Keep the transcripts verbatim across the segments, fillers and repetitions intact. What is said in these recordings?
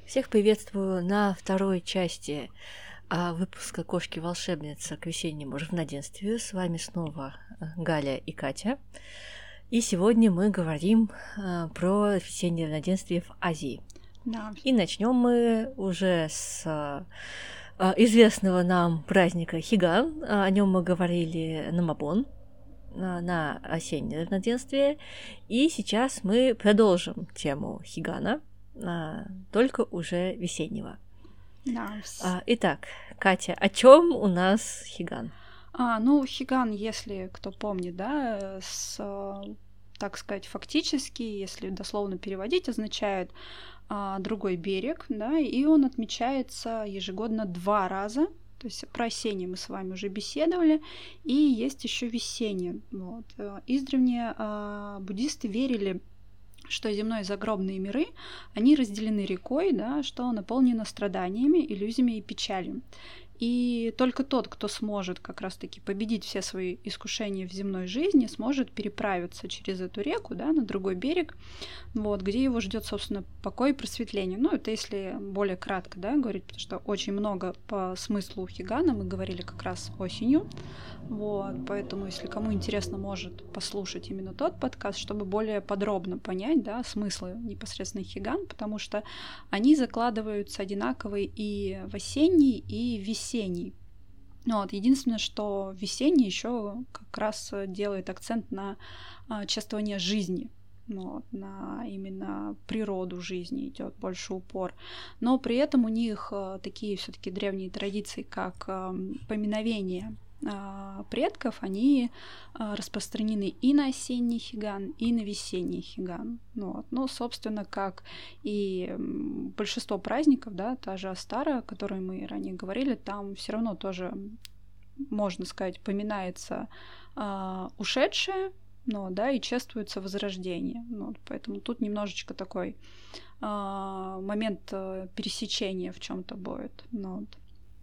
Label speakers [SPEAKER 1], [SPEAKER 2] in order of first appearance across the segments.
[SPEAKER 1] Всех приветствую на второй части а, выпуска «Кошки-волшебница» к весеннему равноденствию. С вами снова Галя и Катя. И сегодня мы говорим а, про весеннее равноденствие в Азии.
[SPEAKER 2] Да.
[SPEAKER 1] И начнем мы уже с а, известного нам праздника Хиган. О нем мы говорили на Мабон, на осеннее равноденствие. И сейчас мы продолжим тему Хигана, а, только уже весеннего.
[SPEAKER 2] Да.
[SPEAKER 1] А, итак, Катя, о чем у нас Хиган?
[SPEAKER 2] А, ну, Хиган, если кто помнит, да, с, так сказать, фактически, если дословно переводить, означает а, другой берег, да, и он отмечается ежегодно два раза. То есть про осеннее мы с вами уже беседовали, и есть еще весеннее. Вот. Издревле а, буддисты верили, что земные загробные миры, они разделены рекой, да, что наполнено страданиями, иллюзиями и печалью. И только тот, кто сможет как раз-таки победить все свои искушения в земной жизни, сможет переправиться через эту реку, да, на другой берег, вот, где его ждет, собственно, покой и просветление. Ну, это если более кратко, да, говорить, потому что очень много по смыслу Хигана мы говорили как раз осенью. Вот, поэтому, если кому интересно, может послушать именно тот подкаст, чтобы более подробно понять, да, смыслы непосредственно Хиган, потому что они закладываются одинаковые и в осенний, и в весенний. Вот, единственное, что весенний еще как раз делает акцент на а, чувствование жизни. Вот, на именно природу жизни идет больше упор. Но при этом у них а, такие все-таки древние традиции, как а, поминовение предков, они распространены и на осенний Хиган, и на весенний Хиган. Вот. Ну, собственно, как и большинство праздников, да, та же Астара, о которой мы ранее говорили, там все равно тоже, можно сказать, поминается а, ушедшее, но, да, и чествуется возрождение. Ну, поэтому тут немножечко такой а, момент пересечения в чем-то будет. Ну, вот.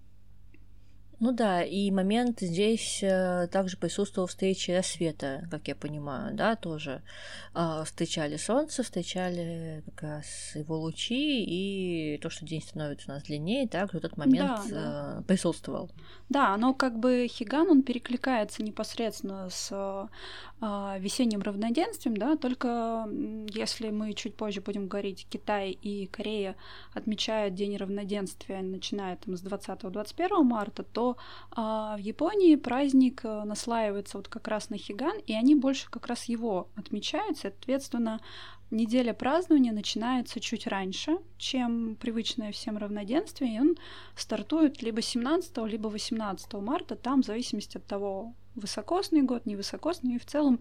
[SPEAKER 1] Ну да, и момент здесь э, также присутствовал встречи рассвета, как я понимаю, да, тоже э, встречали солнце, встречали как раз его лучи, и то, что день становится у нас длиннее, также в этот момент
[SPEAKER 2] да, да.
[SPEAKER 1] Э, присутствовал.
[SPEAKER 2] Да, оно как бы Хиган, он перекликается непосредственно с э, весенним равноденствием, да, только если мы чуть позже будем говорить, Китай и Корея отмечают День равноденствия, начиная там с двадцатого-двадцать первого марта, то э, в Японии праздник наслаивается вот как раз на Хиган, и они больше как раз его отмечают, соответственно, неделя празднования начинается чуть раньше, чем привычное всем равноденствие, и он стартует либо семнадцатого, либо восемнадцатого марта, там в зависимости от того, высокосный год, невысокосный, и в целом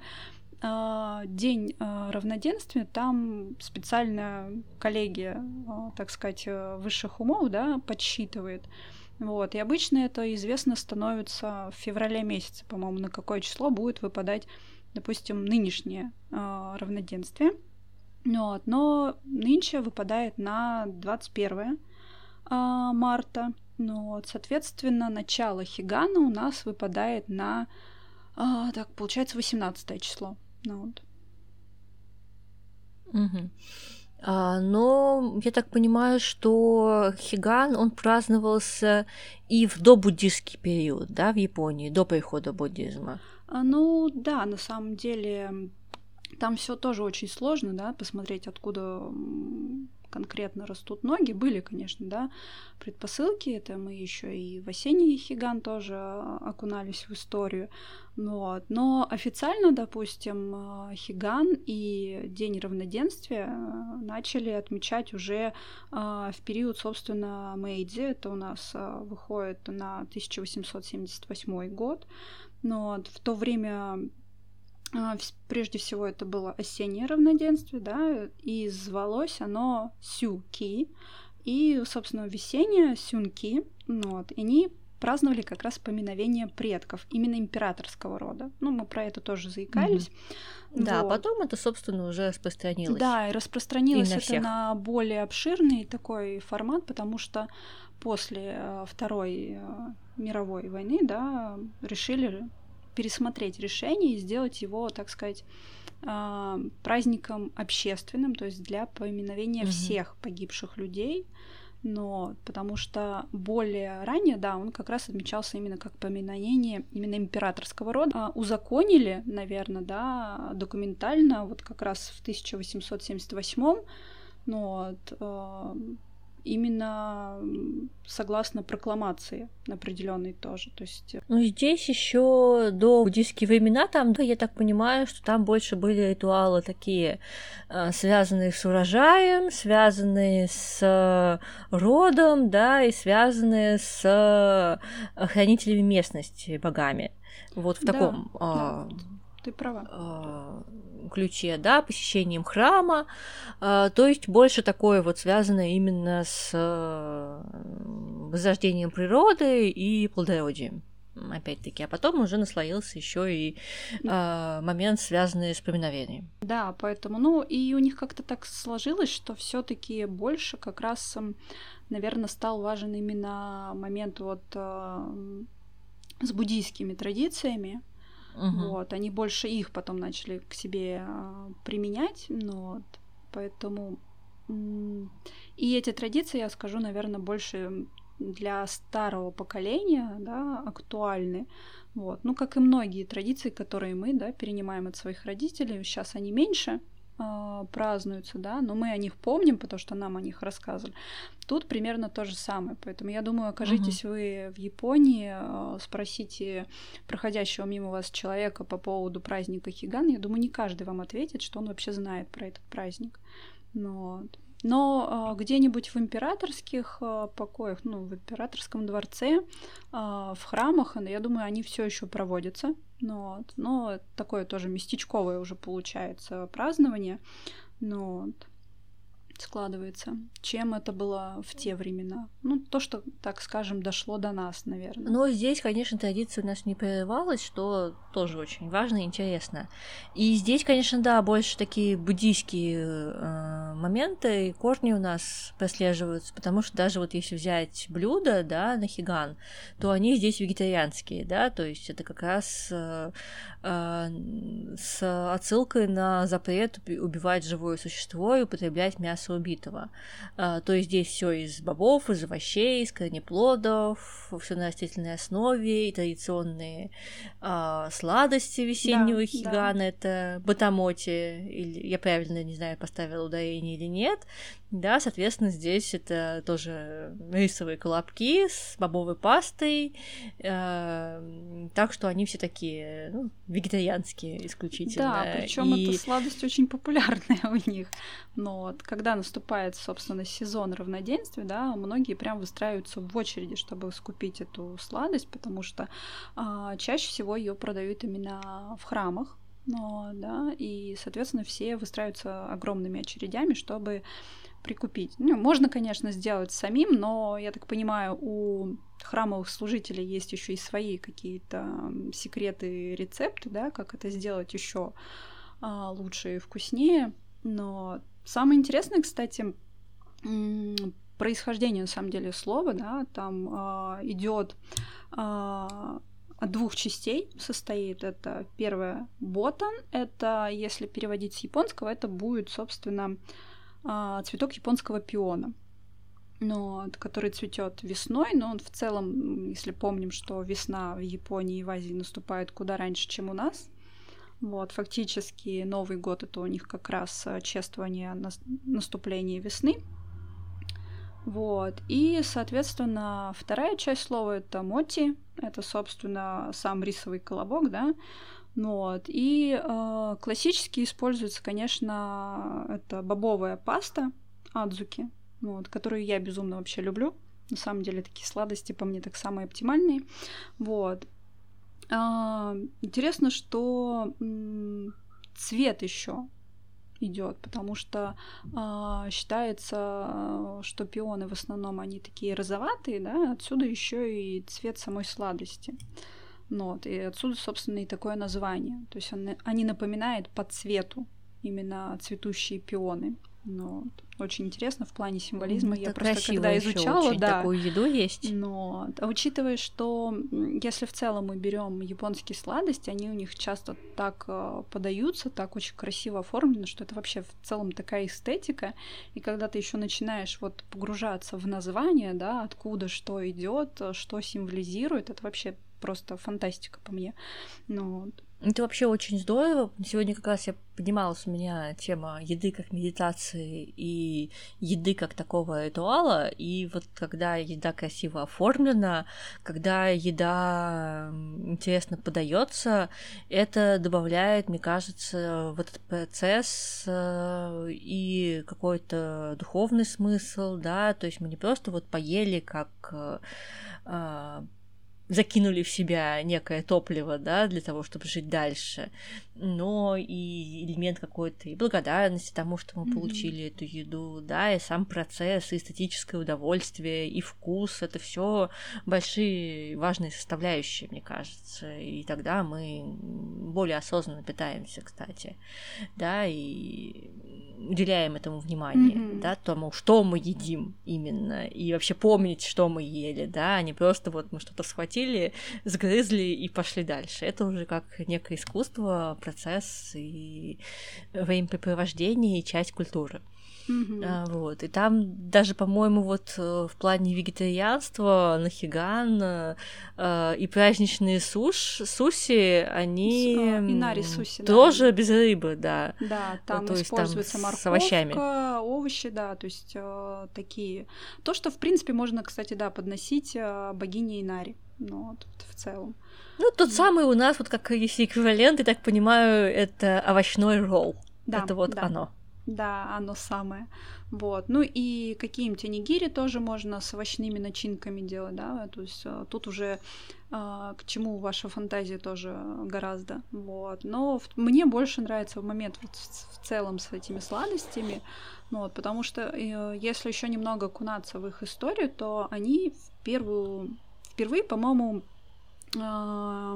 [SPEAKER 2] день равноденствия, там специальная коллегия, так сказать, высших умов, да, подсчитывает. Вот. И обычно это известно становится в феврале месяце, по-моему, на какое число будет выпадать, допустим, нынешнее равноденствие. Вот. Но нынче выпадает на двадцать первое марта. Ну, вот, соответственно, начало Хигана у нас выпадает на, а, так, получается, восемнадцатое число. Ну, вот.
[SPEAKER 1] Угу. А, но я так понимаю, что Хиган, он праздновался и в добуддистский период, да, в Японии, до прихода буддизма.
[SPEAKER 2] А, ну, да, на самом деле, там все тоже очень сложно, да, посмотреть, откуда конкретно растут ноги. Были, конечно, да, предпосылки. Это мы еще и в осенний Хиган тоже окунались в историю. Вот. Но официально, допустим, Хиган и День равноденствия начали отмечать уже в период, собственно, Мэйдзи. Это у нас выходит на тысяча восемьсот семьдесят восьмой год. Но в то время, прежде всего, это было осеннее равноденствие, да, и звалось оно Сюки. И, собственно, весеннее Сюнки. Вот, и они праздновали как раз поминовение предков, именно императорского рода. Ну, мы про это тоже заикались.
[SPEAKER 1] Mm-hmm. Да, вот. А потом это, собственно, уже распространилось.
[SPEAKER 2] Да, и распространилось и на это
[SPEAKER 1] всех.
[SPEAKER 2] На более обширный такой формат, потому что после Второй мировой войны, да, решили пересмотреть решение и сделать его, так сказать, праздником общественным, то есть для поминовения mm-hmm. всех погибших людей. Но потому что более ранее, да, он как раз отмечался именно как поминовение именно императорского рода. А узаконили, наверное, да, документально, вот как раз в тысяча восемьсот семьдесят восьмом, ну, вот, э, именно согласно прокламации определенной тоже. То есть...
[SPEAKER 1] Ну, здесь еще до буддийские времена, там, да, я так понимаю, что там больше были ритуалы такие, связанные с урожаем, связанные с родом, да, и связанные с хранителями местности, богами. Вот в таком...
[SPEAKER 2] Да, да. Ты права.
[SPEAKER 1] Ключе, да, посещением храма, то есть больше такое вот связанное именно с возрождением природы и плодородием, опять-таки, а потом уже наслоился еще и момент, связанный с поминовением.
[SPEAKER 2] Да, поэтому, ну, и у них как-то так сложилось, что все-таки больше как раз, наверное, стал важен именно момент вот с буддийскими традициями. Uh-huh. Вот, они больше их потом начали к себе а, применять, ну, вот, поэтому м- и эти традиции, я скажу, наверное, больше для старого поколения, да, актуальны, вот, ну, как и многие традиции, которые мы, да, перенимаем от своих родителей, сейчас они меньше а, празднуются, да, но мы о них помним, потому что нам о них рассказывали. Тут примерно то же самое, поэтому я думаю, окажитесь uh-huh. вы в Японии, спросите проходящего мимо вас человека по поводу праздника Хиган, я думаю, не каждый вам ответит, что он вообще знает про этот праздник. Но, но где-нибудь в императорских покоях, ну, в императорском дворце, в храмах, я думаю, они все еще проводятся. Ну, вот. Но такое тоже местечковое уже получается празднование. Ну, вот. Складывается, чем это было в те времена. Ну, то, что, так скажем, дошло до нас, наверное.
[SPEAKER 1] Но здесь, конечно, традиция у нас не прерывалась, что тоже очень важно и интересно. И здесь, конечно, да, больше такие буддийские э, моменты и корни у нас прослеживаются, потому что даже вот если взять блюда, да, на хиган, то они здесь вегетарианские, да, то есть это как раз э, э, с отсылкой на запрет убивать живое существо и употреблять мясо убитого. А, то есть здесь все из бобов, из овощей, из корнеплодов, все на растительной основе, и традиционные а, сладости весеннего да, хигана, да. Это батамоти, или я правильно, не знаю, поставила ударение или нет. Да, соответственно, здесь это тоже рисовые колобки с бобовой пастой, э, так что они все такие, ну, вегетарианские исключительно.
[SPEAKER 2] Да, причем и... эта сладость очень популярная у них. Но вот, когда наступает, собственно, сезон равноденствия, да, многие прям выстраиваются в очереди, чтобы скупить эту сладость, потому что э, чаще всего ее продают именно в храмах. Но, да, и, соответственно, все выстраиваются огромными очередями, чтобы прикупить. Ну, можно, конечно, сделать самим, но, я так понимаю, у храмовых служителей есть еще и свои какие-то секреты, рецепты, да, как это сделать еще а, лучше и вкуснее. Но самое интересное, кстати, происхождение, на самом деле, слова, да, там а, идет а, от двух частей состоит. Это первое ботан, это, если переводить с японского, это будет, собственно, цветок японского пиона, но, который цветет весной, но он в целом, если помним, что весна в Японии и в Азии наступает куда раньше, чем у нас, вот, фактически Новый год — это у них как раз чествование наступления весны. Вот. И, соответственно, вторая часть слова — это моти, это, собственно, сам рисовый колобок, да. Вот. И э, классически используется, конечно, это бобовая паста адзуки, вот, которую я безумно вообще люблю. На самом деле такие сладости по мне так самые оптимальные. Вот. Э, интересно, что м- цвет еще идет, потому что э, считается, что пионы в основном они такие розоватые, да, отсюда еще и цвет самой сладости. Ну, вот, и отсюда, собственно, и такое название. То есть он, они напоминают по цвету именно цветущие пионы. Но очень интересно в плане символизма.
[SPEAKER 1] Это
[SPEAKER 2] Я просто когда изучала,
[SPEAKER 1] очень
[SPEAKER 2] да,
[SPEAKER 1] такую еду есть.
[SPEAKER 2] Но а учитывая, что если в целом мы берем японские сладости, они у них часто так э, подаются, так очень красиво оформлены, что это вообще в целом такая эстетика. И когда ты еще начинаешь вот погружаться в название, да, откуда что идет, что символизирует, это вообще просто фантастика по мне. Но
[SPEAKER 1] это вообще очень здорово. Сегодня как раз я поднималась, у меня тема еды как медитации и еды как такого ритуала. И вот когда еда красиво оформлена, когда еда интересно подается, это добавляет, мне кажется, в этот процесс и какой-то духовный смысл, да, то есть мы не просто вот поели как закинули в себя некое топливо, да, для того, чтобы жить дальше, но и элемент какой-то и благодарности тому, что мы mm-hmm. получили эту еду, да, и сам процесс, и эстетическое удовольствие, и вкус, это все большие важные составляющие, мне кажется, и тогда мы более осознанно питаемся, кстати, да, и уделяем этому внимание, mm-hmm. да, тому, что мы едим именно, и вообще помнить, что мы ели, да, а не просто вот мы что-то схватили, сгрызли и пошли дальше. Это уже как некое искусство, процесс и времяпрепровождение, и часть культуры. Mm-hmm. А, вот. И там даже, по-моему, вот в плане вегетарианства нахиган э, и праздничные суш, суси, они
[SPEAKER 2] Инари суси,
[SPEAKER 1] тоже
[SPEAKER 2] да.
[SPEAKER 1] без рыбы, да.
[SPEAKER 2] Да, там
[SPEAKER 1] то
[SPEAKER 2] используется
[SPEAKER 1] есть, там
[SPEAKER 2] морковка,
[SPEAKER 1] с овощами.
[SPEAKER 2] овощи, да, то есть э, такие. То, что, в принципе, можно, кстати, да, подносить э, богине Инари. Ну, вот, в целом.
[SPEAKER 1] Ну, тот mm. самый у нас, вот как если эквивалент, я так понимаю, это овощной ролл.
[SPEAKER 2] Да,
[SPEAKER 1] это вот
[SPEAKER 2] да.
[SPEAKER 1] оно.
[SPEAKER 2] Да, оно самое. Вот. Ну и какие-нибудь онигири тоже можно с овощными начинками делать, да, то есть тут уже а, к чему ваша фантазия тоже гораздо. Вот. Но в, мне больше нравится момент вот в, в целом с этими сладостями, ну, вот, потому что э, если еще немного окунаться в их историю, то они в первую, впервые, по-моему, э,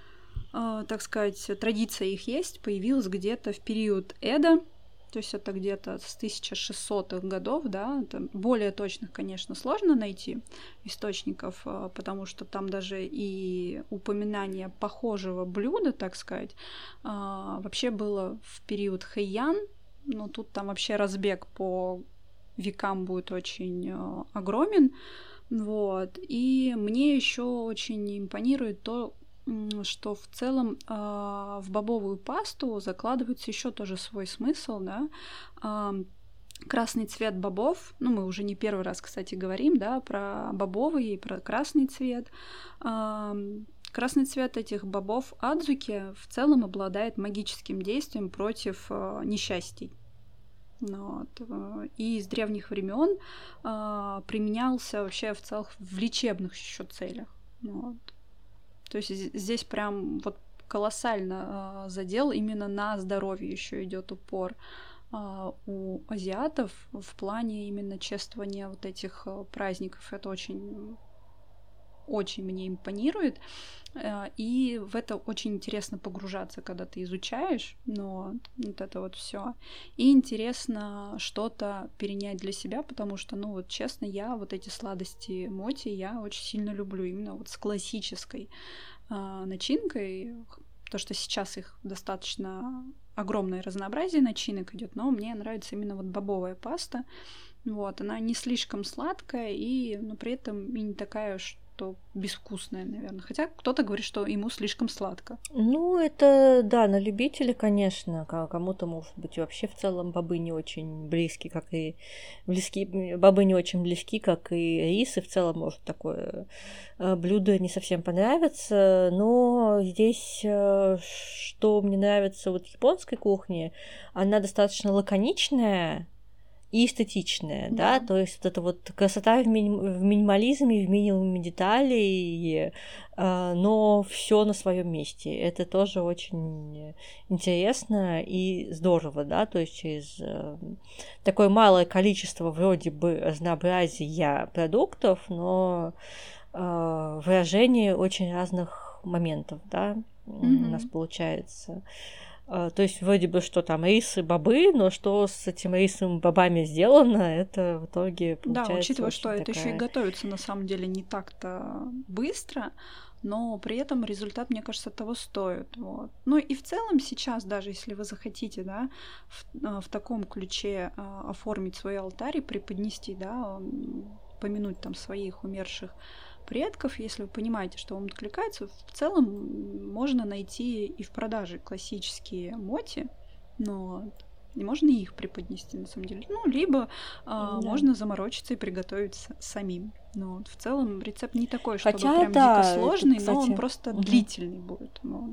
[SPEAKER 2] э, так сказать, традиция их есть, появилась где-то в период Эдо. То есть это где-то с тысяча шестисотых годов, да, это более точных, конечно, сложно найти источников, потому что там даже и упоминание похожего блюда, так сказать, вообще было в период Хэйян, но тут там вообще разбег по векам будет очень огромен, вот, и мне еще очень импонирует то, что в целом э, в бобовую пасту закладывается еще тоже свой смысл, да. Э, красный цвет бобов, ну мы уже не первый раз, кстати, говорим, да, про бобовый и про красный цвет. Э, красный цвет этих бобов адзуки в целом обладает магическим действием против э, несчастий. Вот. И с древних времен э, применялся вообще в целых в лечебных еще целях. Вот. То есть здесь прям вот колоссально э, задел именно на здоровье еще идет упор э, у азиатов в плане именно чествования вот этих э, праздников. Это очень, очень мне импонирует. Э, и в это очень интересно погружаться, когда ты изучаешь, но вот это вот все. И интересно что-то перенять для себя, потому что, ну вот честно, я вот эти сладости моти я очень сильно люблю, именно вот с классической э, начинкой, то, что сейчас их достаточно огромное разнообразие начинок идет, но мне нравится именно вот бобовая паста. Вот, она не слишком сладкая и, но при этом и не такая, что безвкусная, наверное. Хотя кто-то говорит, что ему слишком сладко.
[SPEAKER 1] Ну, это, да, на любителя, конечно. Кому-то, может быть, вообще в целом бобы не очень близки, как и близки, бобы не очень близки, как и рис, и в целом может такое блюдо не совсем понравиться. Но здесь, что мне нравится вот в японской кухне, она достаточно лаконичная и эстетичная, да. да, то есть вот эта вот красота в, ми- в минимализме, в минимуме деталей, э, но все на своем месте. Это тоже очень интересно и здорово, да, то есть через э, такое малое количество вроде бы разнообразия продуктов, но э, выражение очень разных моментов, да, mm-hmm. у нас получается. То есть вроде бы, что там рисы, бобы, но что с этими рисом бобами сделано, это в итоге получается.
[SPEAKER 2] Да, учитывая, что
[SPEAKER 1] такая...
[SPEAKER 2] это еще и готовится на самом деле не так-то быстро, но при этом результат, мне кажется, того стоит. Вот. Ну и в целом сейчас, даже если вы захотите, да, в, в таком ключе а, оформить свой алтарь и преподнести, да, помянуть там своих умерших предков, если вы понимаете, что вам откликается, в целом можно найти и в продаже классические моти, но и можно и их преподнести, на самом деле. Ну, либо а, да. можно заморочиться и приготовить с- самим. Но вот, в целом рецепт не такой, чтобы
[SPEAKER 1] Хотя,
[SPEAKER 2] прям
[SPEAKER 1] да,
[SPEAKER 2] дико сложный,
[SPEAKER 1] это,
[SPEAKER 2] но он
[SPEAKER 1] кстати,
[SPEAKER 2] просто
[SPEAKER 1] угу.
[SPEAKER 2] длительный будет. Вот.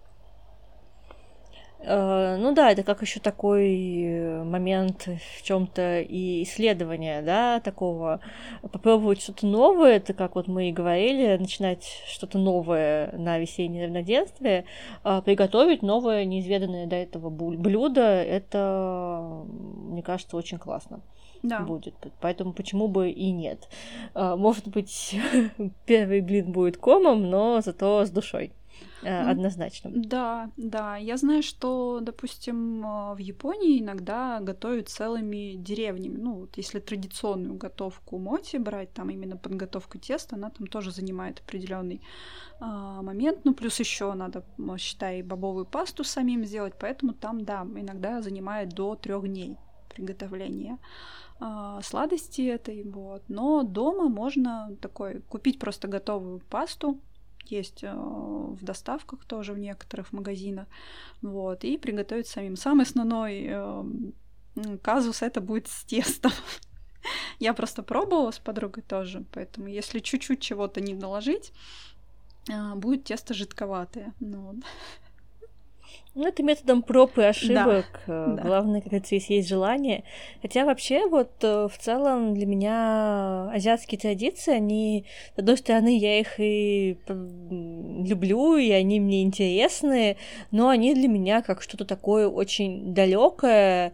[SPEAKER 1] Ну да, это как еще такой момент в чем-то и исследования, да, такого. Попробовать что-то новое, это как вот мы и говорили, начинать что-то новое на весеннее равноденствие, приготовить новое, неизведанное до этого блюдо, это, мне кажется, очень классно. Да. Будет. Поэтому почему бы и нет. Может быть, первый блин будет комом, но зато с душой. Однозначно.
[SPEAKER 2] Да, да. Я знаю, что, допустим, в Японии иногда готовят целыми деревнями. Ну, вот если традиционную готовку моти брать, там именно подготовку теста, она там тоже занимает определенный а, момент. Ну, плюс еще надо, считай, бобовую пасту самим сделать, поэтому там, да, иногда занимает до трех дней приготовления а, сладости этой. Вот. Но дома можно такой купить просто готовую пасту. Есть э, в доставках тоже в некоторых магазинах, вот, и приготовить самим. Самый основной э, казус это будет с тестом. Я просто пробовала с подругой тоже, поэтому если чуть-чуть чего-то не наложить, э, будет тесто жидковатое. Ну,
[SPEAKER 1] Ну, это методом проб и ошибок.
[SPEAKER 2] Да,
[SPEAKER 1] Главное,
[SPEAKER 2] да.
[SPEAKER 1] как говорится, если есть желание. Хотя вообще, вот в целом для меня азиатские традиции, они, с одной стороны, я их и люблю, и они мне интересны, но они для меня как что-то такое очень далекое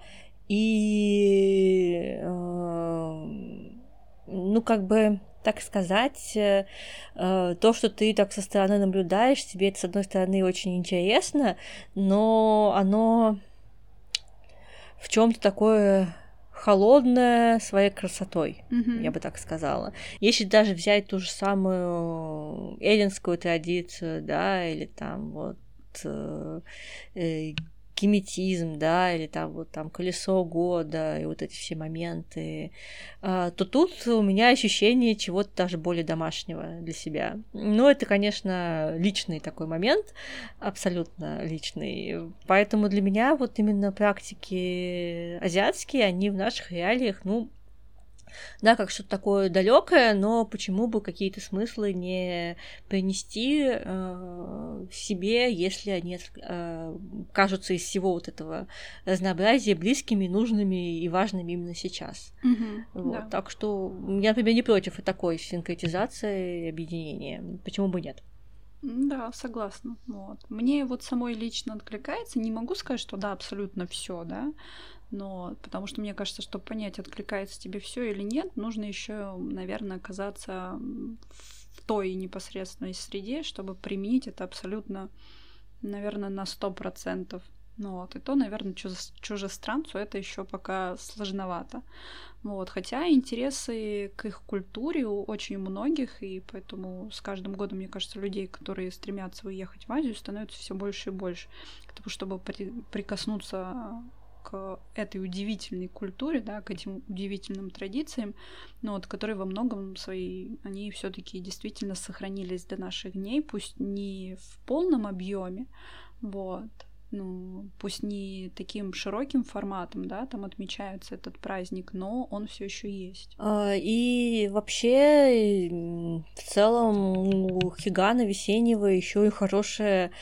[SPEAKER 1] и, ну, как бы... так сказать, то, что ты так со стороны наблюдаешь, тебе это, с одной стороны, очень интересно, но оно в чем-то такое холодное своей красотой,
[SPEAKER 2] mm-hmm.
[SPEAKER 1] я бы так сказала. Если даже взять ту же самую эллинскую традицию, да, или там вот э, геметизм, да, или там вот там колесо года и вот эти все моменты, то тут у меня ощущение чего-то даже более домашнего для себя. Но это, конечно, личный такой момент, абсолютно личный. Поэтому для меня вот именно практики азиатские, они в наших реалиях, ну, да, как что-то такое далекое, но почему бы какие-то смыслы не принести э, себе, если они э, кажутся из всего вот этого разнообразия близкими, нужными и важными именно сейчас.
[SPEAKER 2] Mm-hmm,
[SPEAKER 1] вот.
[SPEAKER 2] да.
[SPEAKER 1] Так что я, например, не против и такой синкретизации и объединения. Почему бы нет?
[SPEAKER 2] Да, согласна. Вот. Мне вот самой лично откликается. Не могу сказать, что да, абсолютно все, да. Но потому что мне кажется, чтобы понять, откликается тебе все или нет, нужно еще, наверное, оказаться в той непосредственной среде, чтобы применить это абсолютно, наверное, на сто процентов. Ну вот, и то, наверное, чужестранцу это еще пока сложновато. Вот, хотя интересы к их культуре у очень многих, и поэтому с каждым годом, мне кажется, людей, которые стремятся уехать в Азию, становится все больше и больше. К тому, чтобы при- прикоснуться к этой удивительной культуре, да, к этим удивительным традициям, ну, вот, которые во многом свои, они все-таки действительно сохранились до наших дней, пусть не в полном объеме, вот, ну, пусть не таким широким форматом, да, там отмечается этот праздник, но он все еще есть.
[SPEAKER 1] И вообще, в целом, у Хигана весеннего еще и хорошая,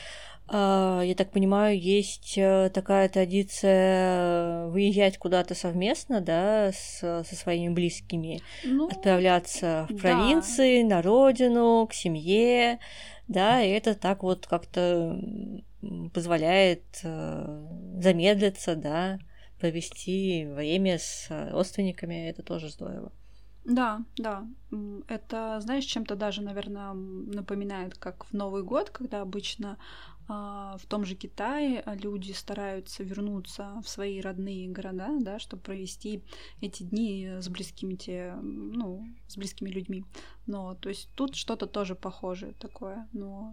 [SPEAKER 1] я так понимаю, есть такая традиция выезжать куда-то совместно, да, с, со своими близкими, ну, отправляться в провинции, да. на родину, к семье, да, и это так вот как-то позволяет замедлиться, да, провести время с родственниками, это тоже здорово.
[SPEAKER 2] Да, да. Это, знаешь, чем-то даже, наверное, напоминает, как в Новый год, когда обычно в том же Китае люди стараются вернуться в свои родные города, да, чтобы провести эти дни с близкими, те, ну, с близкими людьми. Но, то есть тут что-то тоже похожее такое. Но...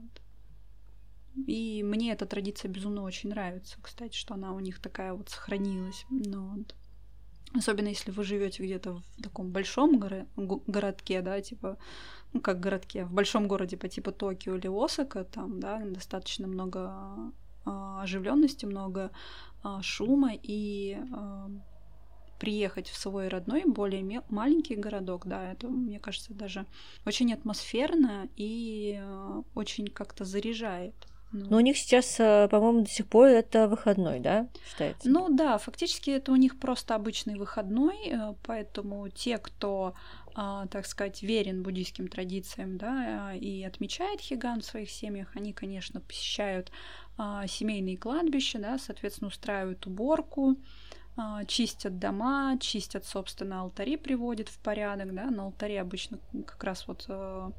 [SPEAKER 2] И мне эта традиция безумно очень нравится, кстати, что она у них такая вот сохранилась. Но... Особенно если вы живете где-то в таком большом горо- городке, да, типа, ну как городке, в большом городе по типу Токио или Осака, там, да, достаточно много а, оживленности, много а, шума, и а, приехать в свой родной, более ме- маленький городок, да, это, мне кажется, даже очень атмосферно и а, очень как-то заряжает.
[SPEAKER 1] Ну. Но у них сейчас, по-моему, до сих пор это выходной, да, считается?
[SPEAKER 2] Ну да, фактически это у них просто обычный выходной, поэтому те, кто, так сказать, верен буддийским традициям, да, и отмечает Хиган в своих семьях, они, конечно, посещают семейные кладбища, да, соответственно, устраивают уборку, чистят дома, чистят, собственно, алтари, приводят в порядок, да, на алтаре обычно как раз вот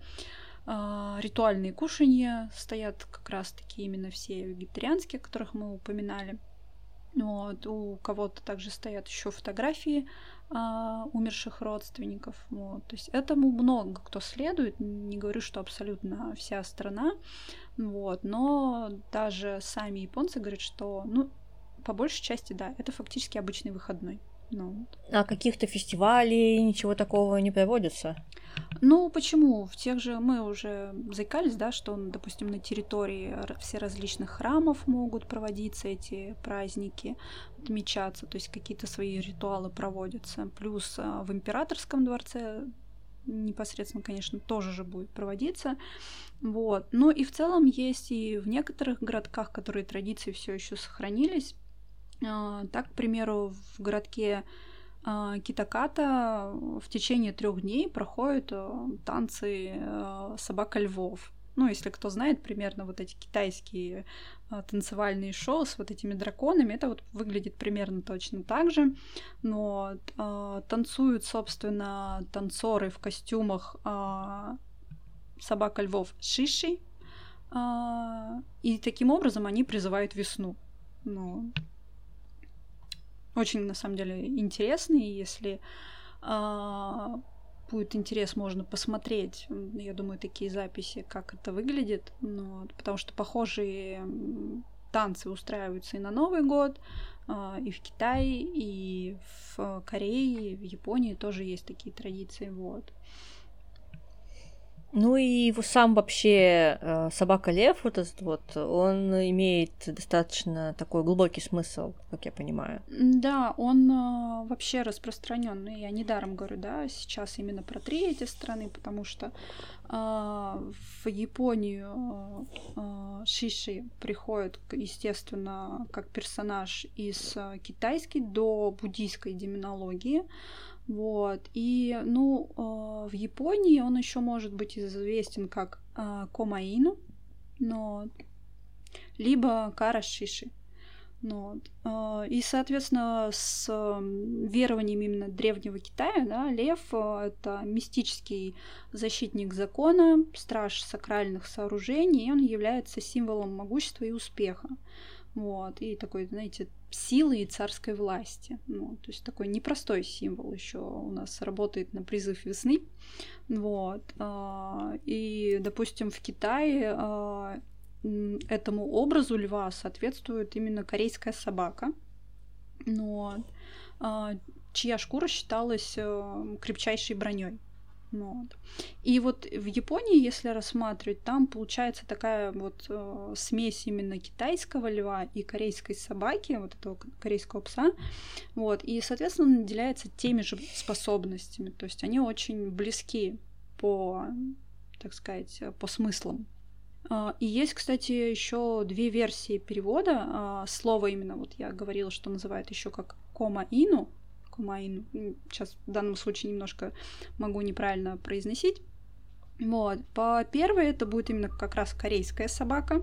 [SPEAKER 2] ритуальные кушанья стоят как раз-таки именно все вегетарианские, о которых мы упоминали. Вот. У кого-то также стоят еще фотографии а, умерших родственников. Вот. То есть этому много кто следует. Не говорю, что абсолютно вся страна. Вот. Но даже сами японцы говорят, что, ну, по большей части, да, это фактически обычный выходной. Ну.
[SPEAKER 1] А каких-то фестивалей, ничего такого не проводится?
[SPEAKER 2] Ну, почему? В тех же мы уже заикались, да, что, допустим, на территории все различных храмов могут проводиться эти праздники, отмечаться, то есть какие-то свои ритуалы проводятся. Плюс в императорском дворце непосредственно, конечно, тоже же будет проводиться. Вот. Ну и в целом есть и в некоторых городках, которые традиции все еще сохранились. Так, к примеру, в городке Китаката в течение трех дней проходят танцы собака-львов. Ну, если кто знает, примерно вот эти китайские танцевальные шоу с вот этими драконами, это вот выглядит примерно точно так же. Но э, танцуют, собственно, танцоры в костюмах э, собака-львов шиши, э, и таким образом они призывают весну. Ну, очень, на самом деле, интересный. Если э, будет интерес, можно посмотреть, я думаю, такие записи, как это выглядит. Ну, потому что похожие танцы устраиваются и на Новый год, э, и в Китае, и в Корее, и в Японии тоже есть такие традиции. Вот.
[SPEAKER 1] Ну и сам вообще собака-лев, вот этот вот, он имеет достаточно такой глубокий смысл, как я понимаю.
[SPEAKER 2] Да, он э, вообще распространен. Я недаром говорю, да, сейчас именно про три эти страны, потому что э, в Японию э, шиши приходит, естественно, как персонаж из э, китайской до буддийской демонологии. Вот. И, ну, э, в Японии он еще может быть известен как э, Комаину, но... либо Кара Шиши. Ну, э, и, соответственно, с верованием именно древнего Китая, да, лев — это мистический защитник закона, страж сакральных сооружений, и он является символом могущества и успеха. Вот, и такой, знаете, силы и царской власти. Ну, то есть такой непростой символ еще у нас работает на призыв весны. Вот. И, допустим, в Китае этому образу льва соответствует именно корейская собака, но чья шкура считалась крепчайшей броней. Вот. И вот в Японии, если рассматривать, там получается такая вот э, смесь именно китайского льва и корейской собаки, вот этого корейского пса, вот, и, соответственно, он наделяется теми же способностями, то есть они очень близки по, так сказать, по смыслам. И есть, кстати, еще две версии перевода. Слово именно, вот я говорила, что называют еще как кома-ину, Комаину. Сейчас в данном случае немножко могу неправильно произносить. Вот. По первой это будет именно как раз корейская собака,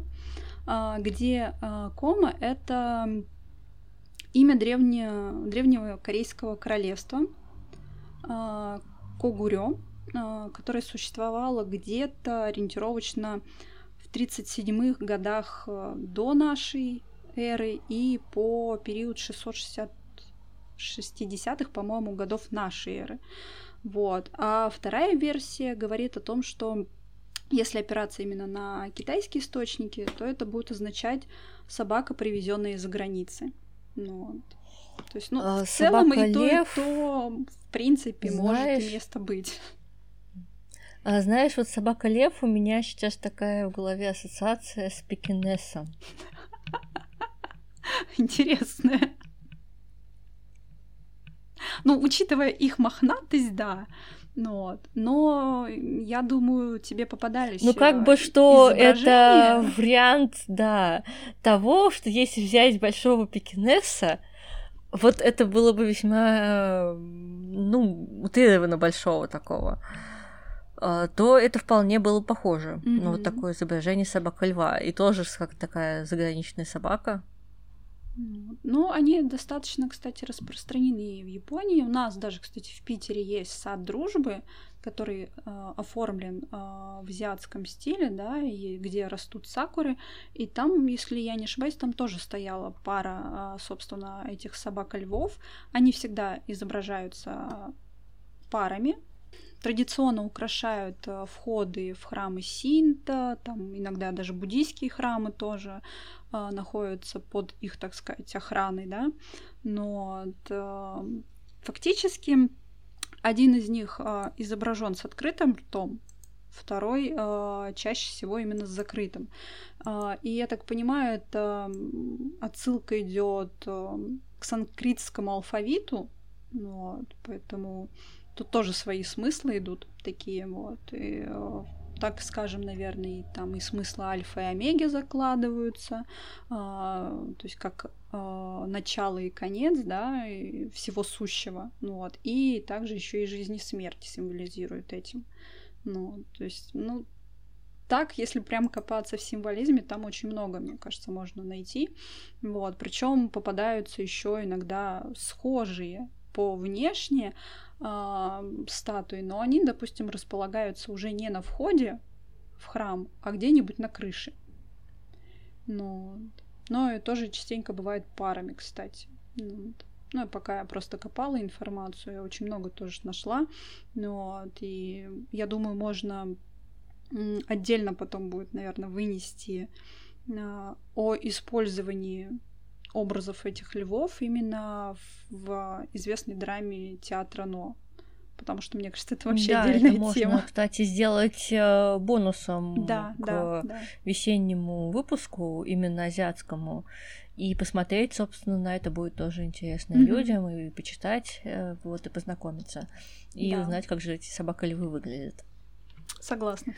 [SPEAKER 2] где Кома — это имя древнего, древнего корейского королевства Когурё, которое существовало где-то ориентировочно в тридцать седьмых годах до нашей эры и по период шестьсот шестидесятых, по-моему, годов нашей эры. Вот. А вторая версия говорит о том, что если опираться именно на китайские источники, то это будет означать собака, привезенная из-за границы. Ну, вот. То есть, ну, а в целом и то, и то, в принципе, знаешь, может место быть.
[SPEAKER 1] А знаешь, вот собака-лев у меня сейчас такая в голове ассоциация с пекинесом.
[SPEAKER 2] Интересная. Ну, учитывая их мохнатость, да. Ну, вот. Но я думаю, тебе попадались.
[SPEAKER 1] Ну, как бы что это вариант, да, того, что если взять большого пекинеса, вот это было бы весьма, ну, утрированно большого такого, то это вполне было похоже. Mm-hmm. Ну, вот такое изображение собака-льва. И тоже как такая заграничная собака.
[SPEAKER 2] Ну, они достаточно, кстати, распространены в Японии. У нас даже, кстати, в Питере есть сад дружбы, который э, оформлен э, в азиатском стиле, да, и где растут сакуры. И там, если я не ошибаюсь, там тоже стояла пара, э, собственно, этих собак-львов. Они всегда изображаются парами. Традиционно украшают э, входы в храмы синто, там иногда даже буддийские храмы тоже э, находятся под их, так сказать, охраной, да. Но э, фактически один из них э, изображен с открытым ртом, второй э, чаще всего именно с закрытым. Э, и я так понимаю, это отсылка идет э, к санскритскому алфавиту, вот, поэтому тут тоже свои смыслы идут такие вот. И, так скажем, наверное, и там и смыслы альфа и омеги закладываются, а, то есть как а, начало и конец, да, и всего сущего. Ну, вот. И также еще и жизнь и смерть символизирует этим. Ну, то есть, ну, так, если прям копаться в символизме, там очень много, мне кажется, можно найти. Вот. Причем попадаются еще иногда схожие по внешне э, статуи, но они, допустим, располагаются уже не на входе в храм, а где-нибудь на крыше. Ну, но и тоже частенько бывает парами, кстати. Ну, ну, пока я просто копала информацию, я очень много тоже нашла. Вот, и я думаю, можно отдельно потом будет, наверное, вынести э, о использовании образов этих львов именно в известной драме театра Но. Потому что, мне кажется, это вообще
[SPEAKER 1] да,
[SPEAKER 2] отдельная
[SPEAKER 1] это можно,
[SPEAKER 2] тема.
[SPEAKER 1] Кстати, сделать э, бонусом
[SPEAKER 2] да,
[SPEAKER 1] к
[SPEAKER 2] да, да.
[SPEAKER 1] весеннему выпуску, именно азиатскому, и посмотреть, собственно, на это будет тоже интересно mm-hmm. людям, и почитать, э, вот, и познакомиться, и да. узнать, как же эти собака-львы выглядят.
[SPEAKER 2] Согласна.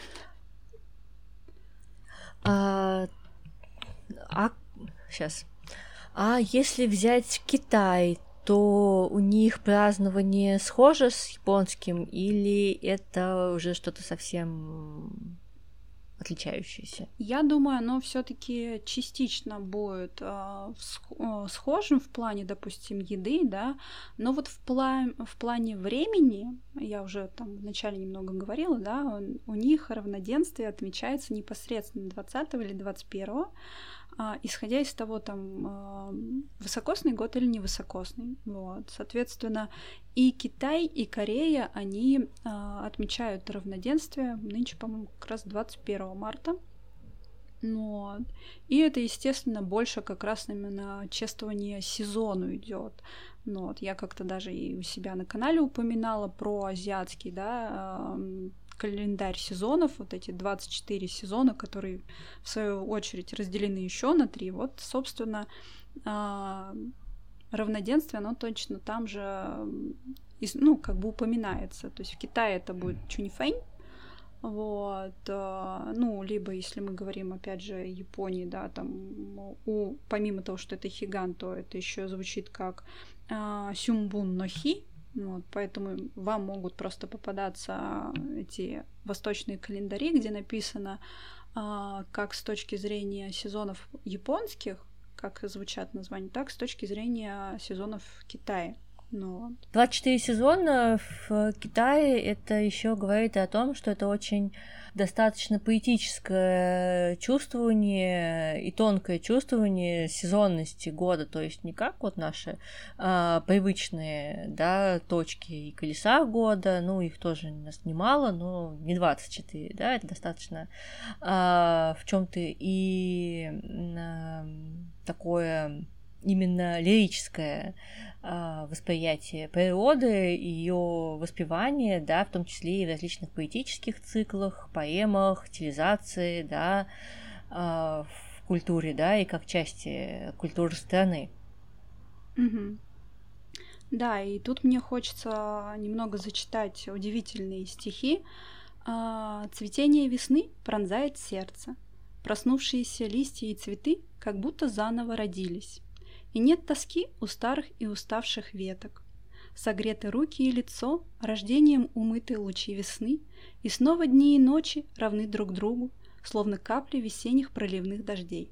[SPEAKER 1] А, а сейчас... А если взять Китай, то у них празднование схоже с японским, или это уже что-то совсем отличающееся?
[SPEAKER 2] Я думаю, оно все-таки частично будет э, схожим в плане, допустим, еды, да, но вот в, пла- в плане времени, я уже там вначале немного говорила, да, у них равноденствие отмечается непосредственно двадцатого или двадцать первого, исходя из того, там, высокосный год или невысокосный. Вот. Соответственно, и Китай, и Корея, они отмечают равноденствие нынче, по-моему, как раз двадцать первого марта. Вот. И это, естественно, больше как раз именно чествование сезону идет. Вот. Я как-то даже и у себя на канале упоминала про азиатский, да, календарь сезонов, вот эти двадцать четыре сезона, которые в свою очередь разделены еще на три. Вот, собственно, равноденствие, оно точно там же, ну, как бы упоминается. То есть в Китае это будет Чуньфэнь, вот, ну, либо, если мы говорим, опять же, о Японии, да, там, у, помимо того, что это Хиган, то это еще звучит как Сюмбун но Хи. Вот, поэтому вам могут просто попадаться эти восточные календари, где написано, а, как с точки зрения сезонов японских, как звучат названия, так с точки зрения сезонов в Китае. Ну,
[SPEAKER 1] двадцать четыре сезона в Китае, это еще говорит о том, что это очень достаточно поэтическое чувствование и тонкое чувствование сезонности года, то есть не как вот наши а, привычные, да, точки и колеса года, ну, их тоже у нас немало, но не двадцать четыре, да, это достаточно а, в чем-то и а, такое именно лирическое э, восприятие природы, ее воспевание, да, в том числе и в различных поэтических циклах, поэмах, стилизации, да, э, в культуре, да, и как части культуры страны.
[SPEAKER 2] Угу. Да, и тут мне хочется немного зачитать удивительные стихи. «Цветение весны пронзает сердце. Проснувшиеся листья и цветы как будто заново родились. И нет тоски у старых и уставших веток. Согреты руки и лицо, рождением умыты лучи весны, и снова дни и ночи равны друг другу, словно капли весенних проливных дождей».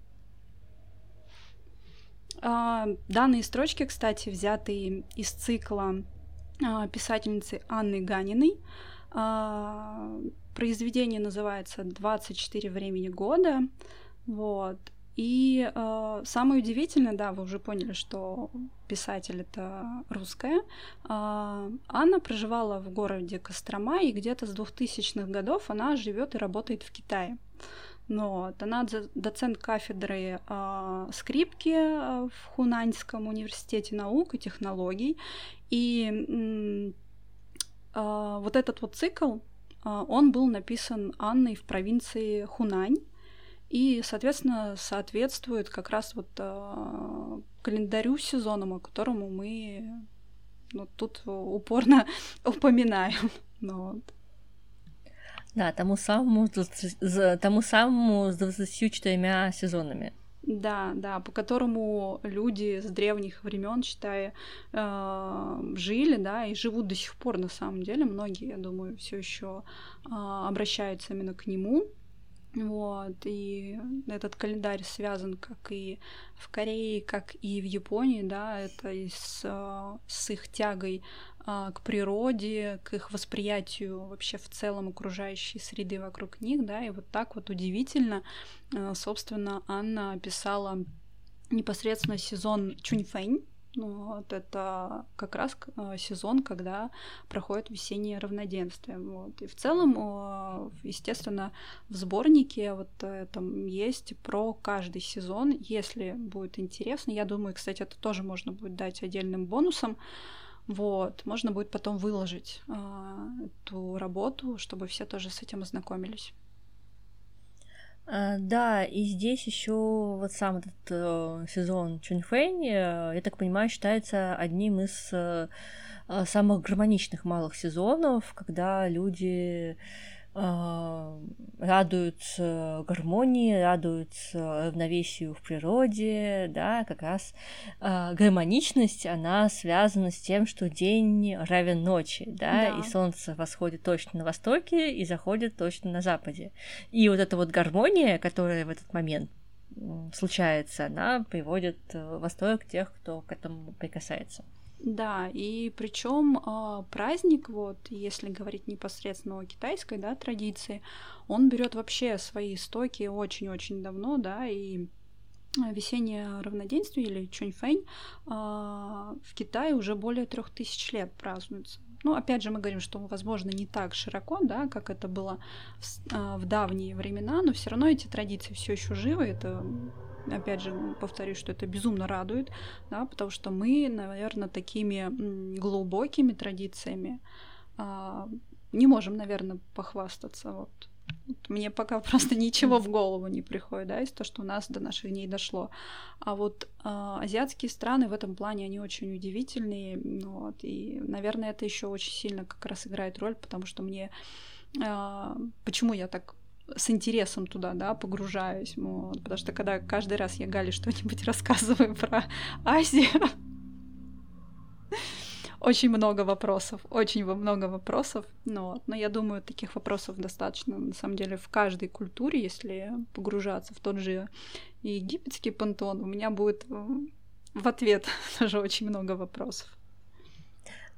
[SPEAKER 2] А, данные строчки, кстати, взяты из цикла а, писательницы Анны Ганиной. А, произведение называется «двадцать четыре времени года». Вот. И э, самое удивительное, да, вы уже поняли, что писатель это русская. Э, Анна проживала в городе Кострома, и где-то с двухтысячных годов она живет и работает в Китае. Но вот, она доцент кафедры э, скрипки в Хунаньском университете наук и технологий. И э, э, вот этот вот цикл, э, он был написан Анной в провинции Хунань. И, соответственно, соответствует как раз вот э, календарю сезонному, которому мы ну, тут упорно упоминаем. Ну, вот.
[SPEAKER 1] Да, тому самому, тому самому с двадцатью четырьмя сезонами.
[SPEAKER 2] Да, да, по которому люди с древних времен, считая, э, жили, да, и живут до сих пор, на самом деле. Многие, я думаю, все еще э, обращаются именно к нему. Вот, и этот календарь связан как и в Корее, как и в Японии, да, это и с, с их тягой а, к природе, к их восприятию вообще в целом окружающей среды вокруг них, да, и вот так вот удивительно, а, собственно, Анна описала непосредственно сезон Чуньфэнь. Ну, вот это как раз сезон, когда проходит весеннее равноденствие. Вот. И в целом, естественно, в сборнике вот там есть про каждый сезон. Если будет интересно, я думаю, кстати, это тоже можно будет дать отдельным бонусом. Вот. Можно будет потом выложить э, эту работу, чтобы все тоже с этим ознакомились.
[SPEAKER 1] Uh, да, и здесь еще вот сам этот uh, сезон Чуньфэнь, uh, я так понимаю, считается одним из uh, uh, самых гармоничных малых сезонов, когда люди uh, радуются гармонии, радуются равновесию в природе, да, как раз uh, гармоничность, она связана с тем, что день равен ночи, да, да, и солнце восходит точно на востоке и заходит точно на западе. И вот эта вот гармония, которая в этот момент случается, она приводит в восторг тех, кто к этому прикасается.
[SPEAKER 2] Да, и причем э, праздник, вот, если говорить непосредственно о китайской, да, традиции, он берет вообще свои истоки очень-очень давно, да, и весеннее равноденствие или Чуньфэнь э, в Китае уже более трех тысяч лет празднуется. Ну, опять же, мы говорим, что, возможно, не так широко, да, как это было в, э, в давние времена, но все равно эти традиции все еще живы. Это, опять же, повторюсь, что это безумно радует, да, потому что мы, наверное, такими глубокими традициями э, не можем, наверное, похвастаться. Вот. Вот мне пока просто ничего в голову не приходит, да, из того, что у нас до наших дней дошло. А вот э, азиатские страны в этом плане, они очень удивительные, вот, и, наверное, это еще очень сильно как раз играет роль, потому что мне... Э, почему я так с интересом туда, да, погружаюсь, вот, потому что когда каждый раз я Гале что-нибудь рассказываю про Азию, очень много вопросов, очень много вопросов, но, но я думаю, таких вопросов достаточно, на самом деле, в каждой культуре, если погружаться в тот же египетский пантеон, у меня будет в ответ тоже очень много вопросов.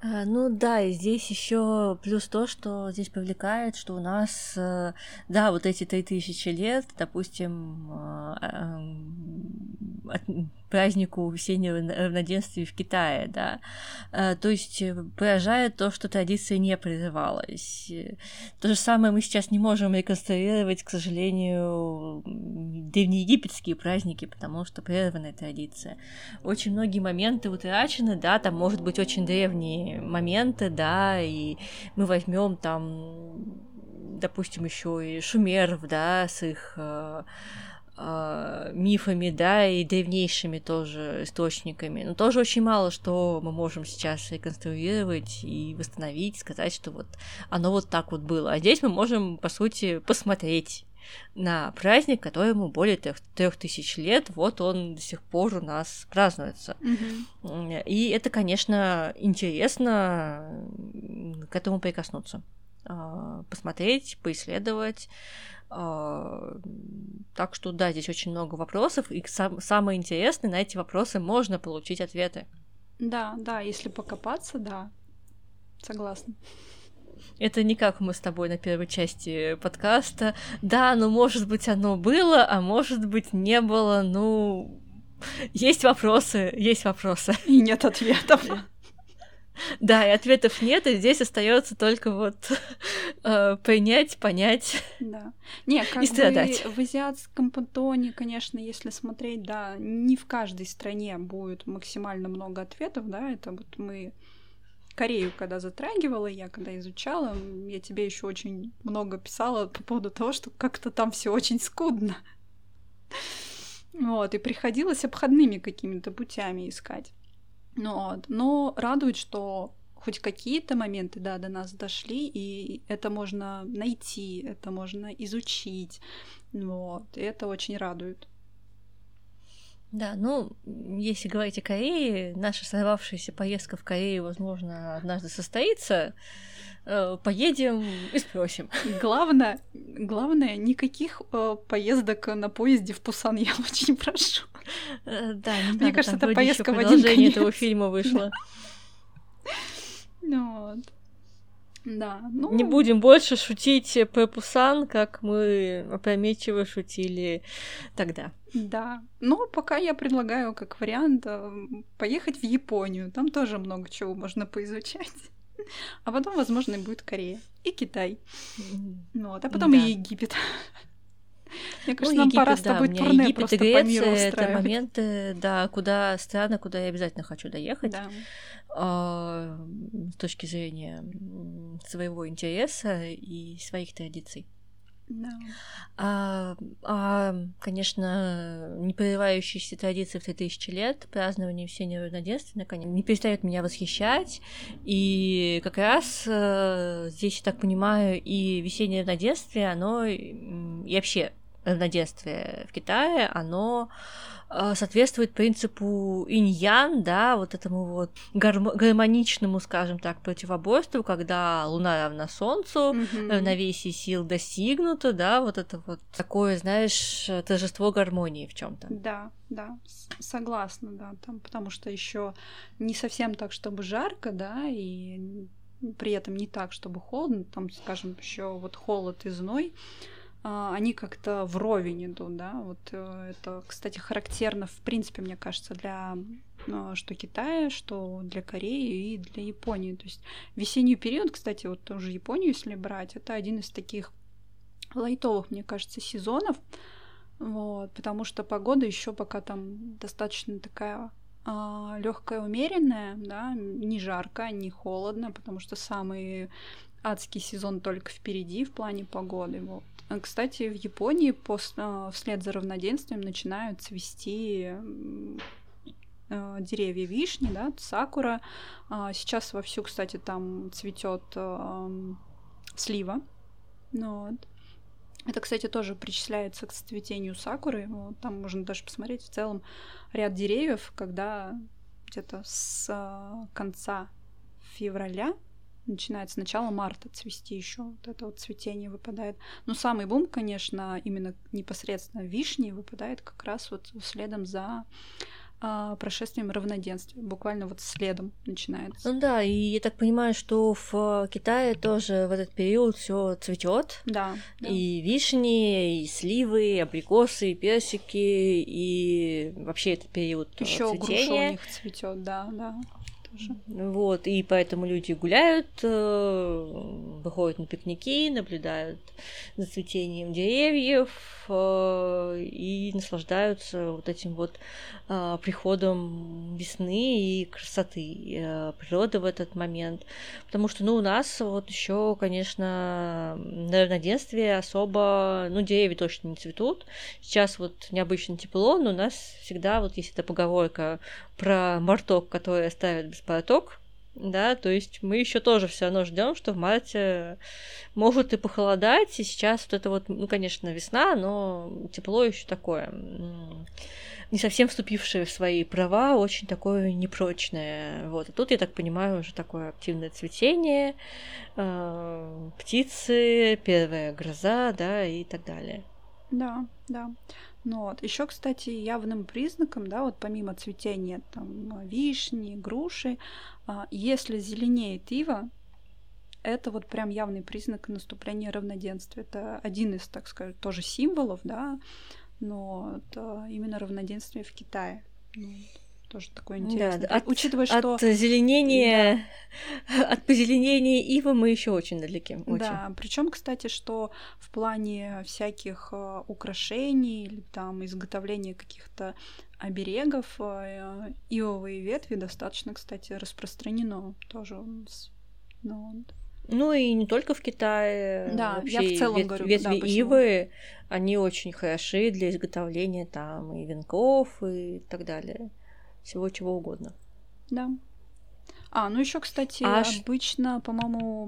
[SPEAKER 1] А, Ну да, и здесь еще плюс то, что здесь привлекает, что у нас, э, да, вот эти три тысячи лет, допустим, а, ам, от празднику весеннего равно- равноденствия в Китае, да, А, то есть э, поражает то, что традиция не прерывалась. Э, То же самое мы сейчас не можем реконструировать, к сожалению, м, древнеегипетские праздники, потому что прерванная традиция. Очень многие моменты утрачены, да, там может быть очень древние моменты, да, и мы возьмем там, допустим, еще и шумеров, да, с их э, э, мифами, да, и древнейшими тоже источниками. Но тоже очень мало что мы можем сейчас реконструировать и восстановить, сказать, что вот оно вот так вот было. А здесь мы можем, по сути, посмотреть на праздник, которому более трех тысяч лет, вот он до сих пор у нас празднуется.
[SPEAKER 2] Мгм.
[SPEAKER 1] И это, конечно, интересно м, к этому прикоснуться. А, Посмотреть, поисследовать. А, Так что да, здесь очень много вопросов, и сам- самое интересное, на эти вопросы можно получить ответы.
[SPEAKER 2] Да, да, если покопаться, да, согласна.
[SPEAKER 1] Это не как мы с тобой на первой части подкаста. Да, ну, может быть, оно было, а может быть, не было. Ну, есть вопросы, есть вопросы.
[SPEAKER 2] И нет ответов.
[SPEAKER 1] Да, и ответов нет, и здесь остается только вот э, принять, понять
[SPEAKER 2] Да. Не,
[SPEAKER 1] и
[SPEAKER 2] как бы
[SPEAKER 1] страдать.
[SPEAKER 2] в азиатском пантеоне, конечно, если смотреть, да, не в каждой стране будет максимально много ответов, да, это вот мы Корею, когда затрагивала, я когда изучала, м, я тебе еще очень много писала по поводу того, что как-то там все очень скудно. Вот, и приходилось обходными какими-то путями искать. Ну вот. Но радует, что хоть какие-то моменты, да, до нас дошли, и это можно найти, это можно изучить. Вот. И это очень радует.
[SPEAKER 1] Да, ну, если говорить о Корее, наша сорвавшаяся поездка в Корею, возможно, однажды состоится. Э, Поедем и спросим.
[SPEAKER 2] Главное, главное, никаких э, поездок на поезде в Пусан я очень прошу.
[SPEAKER 1] Э, Да, не
[SPEAKER 2] Мне
[SPEAKER 1] надо,
[SPEAKER 2] кажется,
[SPEAKER 1] там
[SPEAKER 2] это
[SPEAKER 1] вроде еще
[SPEAKER 2] поездка в один
[SPEAKER 1] продолжение этого
[SPEAKER 2] конец.
[SPEAKER 1] фильма вышло.
[SPEAKER 2] Ну вот. Да,
[SPEAKER 1] Не
[SPEAKER 2] ну,
[SPEAKER 1] будем больше шутить про Пусан, как мы опрометчиво шутили тогда.
[SPEAKER 2] да. Но пока я предлагаю как вариант э, поехать в Японию. Там тоже много чего можно поизучать. А потом, возможно, и будет Корея. И Китай.
[SPEAKER 1] М,
[SPEAKER 2] Ну вот. А потом и
[SPEAKER 1] Да.
[SPEAKER 2] Египет. Мне
[SPEAKER 1] Ну,
[SPEAKER 2] кажется, нам пора
[SPEAKER 1] Египет,
[SPEAKER 2] с
[SPEAKER 1] да, у
[SPEAKER 2] тобой
[SPEAKER 1] меня
[SPEAKER 2] турне
[SPEAKER 1] Египет и
[SPEAKER 2] просто по миру
[SPEAKER 1] Греция — это
[SPEAKER 2] устраивать.
[SPEAKER 1] моменты, да, куда страны, куда я обязательно хочу доехать.
[SPEAKER 2] Да.
[SPEAKER 1] а, С точки зрения м, своего интереса и своих традиций.
[SPEAKER 2] Да.
[SPEAKER 1] А, а, конечно, непрерывающиеся традиции в три тысячи лет, празднование весеннего равноденствия, конечно, не перестают меня восхищать. И как раз э, здесь, я так понимаю, и весеннее равноденствие, оно м, и вообще равноденствие в Китае, оно э, соответствует принципу инь-ян, да, вот этому вот гармо- гармоничному, скажем так, противоборству, когда Луна равна Солнцу,
[SPEAKER 2] Мгм.
[SPEAKER 1] равновесие сил достигнуто, да, вот это вот такое, знаешь, торжество гармонии в чем то.
[SPEAKER 2] Да, да, с- согласна, да, там, потому что еще не совсем так, чтобы жарко, да, и н- при этом не так, чтобы холодно, там, скажем, еще вот холод и зной, а, они как-то вровень идут, да, вот э, это, кстати, характерно, в принципе, мне кажется, для э, что Китая, что для Кореи и для Японии, то есть весенний период, кстати, вот тоже Японию, если брать, это один из таких лайтовых, мне кажется, сезонов, вот, потому что погода еще пока там достаточно такая легкая, умеренная, да, не жарко, не холодно, потому что самый адский сезон только впереди в плане погоды. Вот. А, Кстати, в Японии пос- а, вслед за равноденствием начинают цвести м, э, деревья вишни, да, сакура. А, Сейчас вовсю, кстати, там цветет слива. Ну вот. Это, кстати, тоже причисляется к цветению сакуры. Вот, там можно даже посмотреть в целом ряд деревьев, когда где-то с а, конца февраля начинает с начала марта цвести еще. Вот это вот цветение выпадает. Но самый бум, конечно, именно непосредственно вишни выпадает как раз вот следом за а, прошествием равноденствия, буквально вот следом начинается.
[SPEAKER 1] Ну да, и я так понимаю, что в Китае тоже в этот период все цветет.
[SPEAKER 2] Да, да.
[SPEAKER 1] И вишни, и сливы, и абрикосы, и персики, и вообще этот период
[SPEAKER 2] Еще груша у
[SPEAKER 1] цветения.
[SPEAKER 2] них цветет, да, да. Тоже.
[SPEAKER 1] Вот, и поэтому люди гуляют, э, выходят на пикники, наблюдают за цветением деревьев э, и наслаждаются вот этим вот э, приходом весны и красоты э, природы в этот момент. Потому что, ну, у нас вот еще, конечно, на равноденствии особо, ну, деревья точно не цветут. Сейчас вот необычно тепло, но у нас всегда вот есть эта поговорка про марток, который оставит без поток, да, то есть мы еще тоже все равно ждем, что в марте может и похолодать, и сейчас вот это вот, ну, конечно, весна, но тепло еще такое, не совсем вступившее в свои права, очень такое непрочное, вот, а тут, я так понимаю, уже такое активное цветение, э, птицы, первая гроза, да, и так далее.
[SPEAKER 2] Да, да. Ну вот. Еще, кстати, явным признаком, да, вот помимо цветения там вишни, груши, а, если зеленеет ива, это вот прям явный признак наступления равноденствия. Это один из, так сказать, тоже символов, да, но это именно равноденствие в Китае. Ну, тоже такое интересное.
[SPEAKER 1] Да, от,
[SPEAKER 2] учитывая,
[SPEAKER 1] от
[SPEAKER 2] что
[SPEAKER 1] зеленения, да. от позеленения ивы мы еще очень далеки. Очень.
[SPEAKER 2] Да, причем, кстати, что в плане всяких украшений или там изготовления каких-то оберегов ивовые ветви достаточно, кстати, распространено тоже у нас. Ну,
[SPEAKER 1] ну и не только в Китае.
[SPEAKER 2] Да,
[SPEAKER 1] вообще,
[SPEAKER 2] я в целом
[SPEAKER 1] вет-
[SPEAKER 2] говорю.
[SPEAKER 1] ветви
[SPEAKER 2] Да,
[SPEAKER 1] ивы, они очень хороши для изготовления там и венков и так далее. Всего чего угодно.
[SPEAKER 2] Да. А, ну еще, кстати, Аж... обычно, по-моему,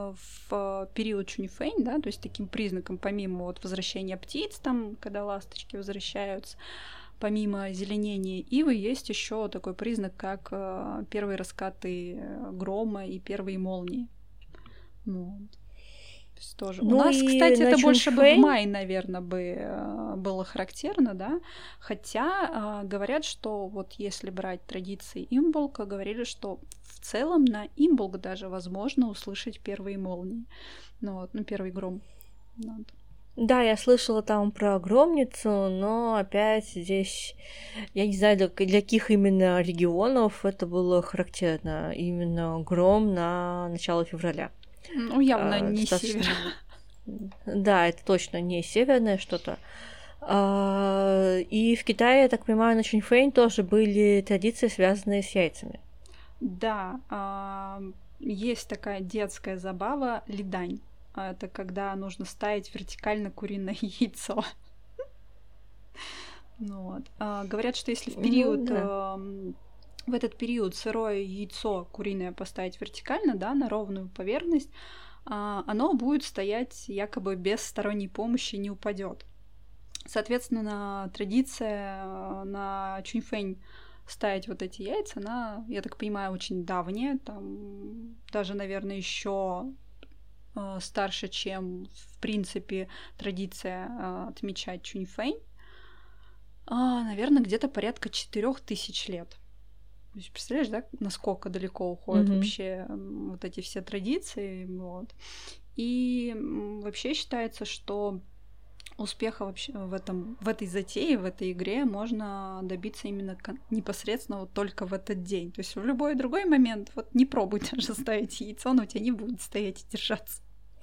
[SPEAKER 2] в период Чуньфэнь, да, то есть таким признаком, помимо вот возвращения птиц, там, когда ласточки возвращаются, помимо зеленения ивы, есть еще такой признак, как первые раскаты грома и первые молнии. Ну, то есть тоже.
[SPEAKER 1] Ну
[SPEAKER 2] у нас, кстати, это
[SPEAKER 1] Чуньфэнь...
[SPEAKER 2] больше бы в мае, наверное, бы было характерно, да. Хотя говорят, что вот если брать традиции имболка, говорили, что в целом на имболк даже возможно услышать первые молнии. Ну вот, ну первый гром. Вот.
[SPEAKER 1] Да, я слышала там про громницу, но опять здесь, я не знаю, для, для каких именно регионов это было характерно. Именно гром на начало февраля.
[SPEAKER 2] Ну, явно а, не достаточно... север.
[SPEAKER 1] Да, это точно не северное что-то. А, и в Китае, я так понимаю, на Чуньфэнь тоже были традиции, связанные с яйцами.
[SPEAKER 2] Да, а, есть такая детская забава лидань. Это когда нужно ставить вертикально куриное яйцо. Ну, вот. а, говорят, что если в период... Ну, да. В этот период сырое яйцо куриное поставить вертикально, да, на ровную поверхность, оно будет стоять якобы без сторонней помощи, не упадет. Соответственно, традиция на Чуньфэнь ставить вот эти яйца, она, я так понимаю, очень давняя, там даже, наверное, еще старше, чем, в принципе, традиция отмечать Чуньфэнь. Наверное, где-то порядка четырех тысяч лет. То есть, представляешь, да, насколько далеко уходят mm-hmm. вообще вот эти все традиции, вот. И вообще считается, что успеха вообще в этом, в этой затее, в этой игре можно добиться именно непосредственно вот только в этот день. То есть в любой другой момент вот не пробуй даже ставить яйцо, оно у тебя не будет стоять и держаться.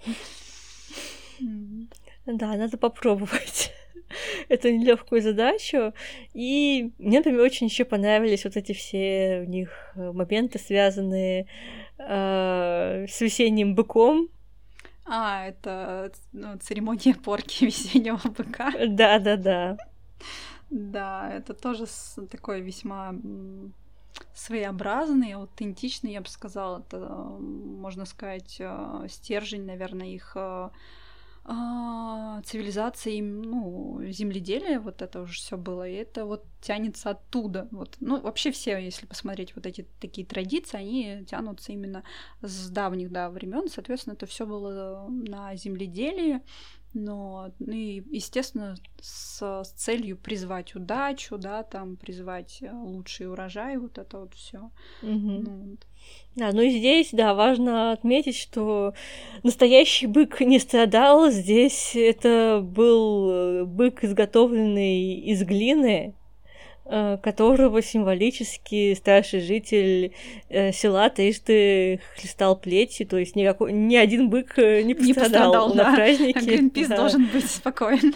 [SPEAKER 1] Да, надо попробовать эту нелегкую задачу. И мне, например, очень еще понравились вот эти все у них моменты, связанные э, с весенним быком.
[SPEAKER 2] А, это ну, церемония порки весеннего быка.
[SPEAKER 1] Да, да, да.
[SPEAKER 2] Да, это тоже такой весьма своеобразный, аутентичный, я бы сказала. Это, можно сказать, стержень, наверное, их а, цивилизации, ну, земледелия, вот это уже все было, и это вот тянется оттуда. Вот. Ну, вообще все, если посмотреть вот эти такие традиции, они тянутся именно с давних, да, времен. Соответственно, это все было на земледелии, но, ну и, естественно, с, с целью призвать удачу, да, там, призвать лучший урожай, вот это вот все.
[SPEAKER 1] Мгм.
[SPEAKER 2] Ну,
[SPEAKER 1] Да, ну и здесь, да, важно отметить, что настоящий бык не страдал. Здесь это был бык, изготовленный из глины, э, которого символически старший житель э, села трижды хлестал плетью. То есть никакой, ни один бык э, не
[SPEAKER 2] не
[SPEAKER 1] пострадал,
[SPEAKER 2] пострадал,
[SPEAKER 1] на
[SPEAKER 2] да.
[SPEAKER 1] празднике.
[SPEAKER 2] Гринпис
[SPEAKER 1] Да.
[SPEAKER 2] должен быть спокоен.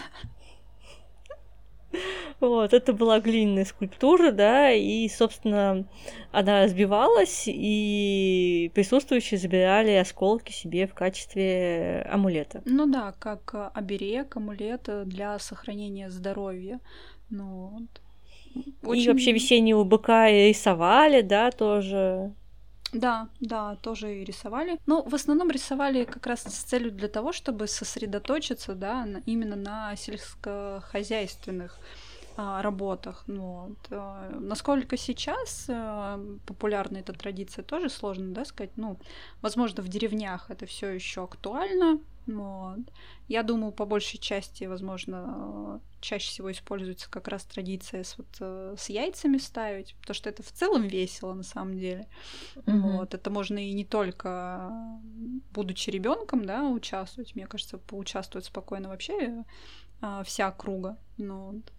[SPEAKER 1] Вот, это была глиняная скульптура, да, и, собственно, она разбивалась, и присутствующие забирали осколки себе в качестве амулета.
[SPEAKER 2] Ну да, как а, оберег, амулет э, для сохранения здоровья. Ну, вот.
[SPEAKER 1] И
[SPEAKER 2] Очень-
[SPEAKER 1] вообще весеннего быка и рисовали, да, тоже.
[SPEAKER 2] Да, да, тоже и рисовали. Но в основном рисовали как раз с целью для того, чтобы сосредоточиться, да, на- именно на сельскохозяйственных а, работах. Ну, вот. А, насколько сейчас а, популярна эта традиция, тоже сложно, да, сказать. Ну, возможно, в деревнях это все еще актуально. Вот. Я думаю, по большей части, возможно, э, чаще всего используется как раз традиция с, вот, э, с яйцами ставить, потому что это в целом весело на самом деле.
[SPEAKER 1] Мгм.
[SPEAKER 2] Вот. Это можно и не только э, будучи ребенком, да, участвовать. Мне кажется, поучаствовать спокойно вообще э, вся округа. Ну, вот.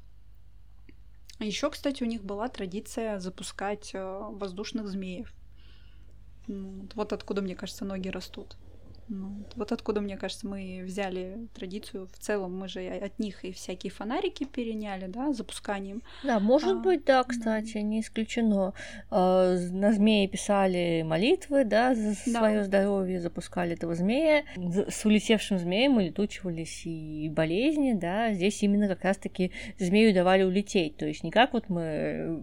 [SPEAKER 2] Еще, кстати, у них была традиция запускать э, воздушных змеев. Ну, вот- вот откуда, мне кажется, ноги растут. Ну, вот- вот откуда, мне кажется, мы взяли традицию. В целом мы же и от них и всякие фонарики переняли, да, запусканием.
[SPEAKER 1] Да, может
[SPEAKER 2] А,
[SPEAKER 1] быть, да,
[SPEAKER 2] да.
[SPEAKER 1] кстати, не исключено. А, з- На змеи писали молитвы, да, за
[SPEAKER 2] Да.
[SPEAKER 1] свое здоровье, запускали этого змея. З- С улетевшим змеем улетучивались и болезни, да. Здесь именно как раз-таки змею давали улететь. То есть не как вот мы э,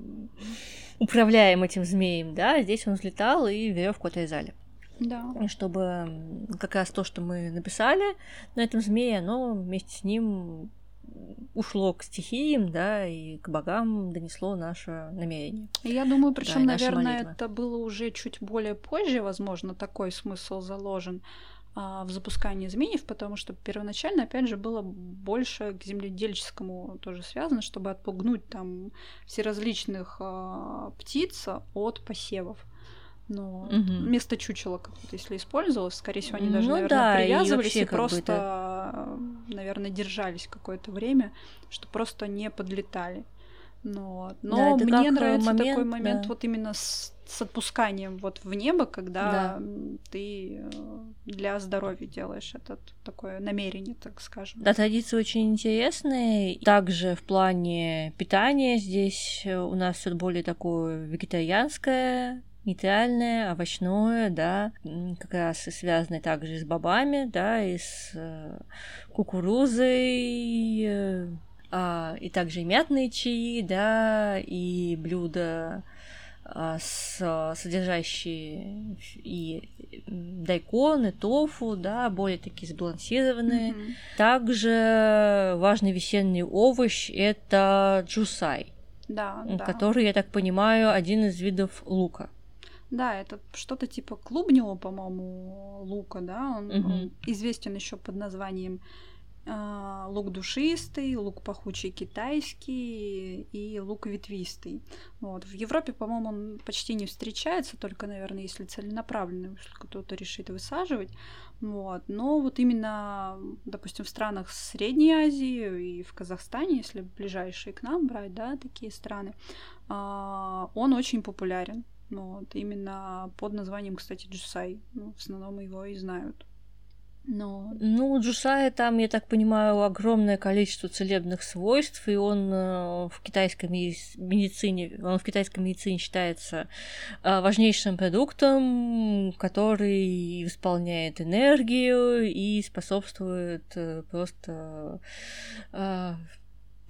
[SPEAKER 1] управляем этим змеем, да, здесь он взлетал и веревку отрезали.
[SPEAKER 2] Да.
[SPEAKER 1] И чтобы м, как раз то, что мы написали на этом змее, оно вместе с ним ушло к стихиям, да, и к богам донесло наше намерение.
[SPEAKER 2] И я думаю,
[SPEAKER 1] Да, и
[SPEAKER 2] причем,
[SPEAKER 1] наши
[SPEAKER 2] наверное,
[SPEAKER 1] молитвы.
[SPEAKER 2] это было уже чуть более позже, возможно, такой смысл заложен а, в запускании змеев, потому что первоначально, опять же, было больше к земледельческому тоже связано, чтобы отпугнуть там всеразличных а, птиц от посевов. Но
[SPEAKER 1] Мгм.
[SPEAKER 2] вместо чучела, как вот если использовалось, скорее всего, они даже,
[SPEAKER 1] Ну
[SPEAKER 2] наверное,
[SPEAKER 1] да, и
[SPEAKER 2] привязывались
[SPEAKER 1] вообще
[SPEAKER 2] и
[SPEAKER 1] как бы
[SPEAKER 2] просто,
[SPEAKER 1] это-
[SPEAKER 2] наверное, держались какое-то время, что просто не подлетали. Но,
[SPEAKER 1] Да,
[SPEAKER 2] но
[SPEAKER 1] это
[SPEAKER 2] мне
[SPEAKER 1] как, э,
[SPEAKER 2] нравится такой
[SPEAKER 1] момент,
[SPEAKER 2] момент
[SPEAKER 1] да.
[SPEAKER 2] вот именно с, с отпусканием вот в небо, когда
[SPEAKER 1] Да.
[SPEAKER 2] м, ты э, для здоровья делаешь это такое намерение, так скажем.
[SPEAKER 1] Да, традиции очень интересные. Также в плане питания здесь э, у нас все более такое вегетарианское, нейтральное, овощное, да, м, как раз и связанное также и с бобами, да, и с э, кукурузой, э, а, и также и мятные чаи, да, и блюда, а, с, содержащие и м, дайкон, и тофу, да, более такие сбалансированные.
[SPEAKER 2] Мгм.
[SPEAKER 1] Также важный весенний овощ — это джусай,
[SPEAKER 2] Да,
[SPEAKER 1] м,
[SPEAKER 2] да.
[SPEAKER 1] который, я так понимаю, один из видов лука.
[SPEAKER 2] Да, это что-то типа клубневого, по-моему, лука, да. Он,
[SPEAKER 1] Мгм.
[SPEAKER 2] он известен еще под названием а, лук душистый, лук пахучий китайский и лук ветвистый. Вот. В Европе, по-моему, он почти не встречается, только, наверное, если целенаправленно, если кто-то решит высаживать. Вот. Но вот именно, допустим, в странах Средней Азии и в Казахстане, если ближайшие к нам брать, да, такие страны, а, он очень популярен. Ну, вот, именно под названием, кстати, джусай. Ну, в основном его и знают. Но
[SPEAKER 1] Ну, у джусая там, я так понимаю, огромное количество целебных свойств, и он э, в китайской меди- медицине, он в китайской медицине считается э, важнейшим продуктом, который восполняет энергию и способствует э, просто э,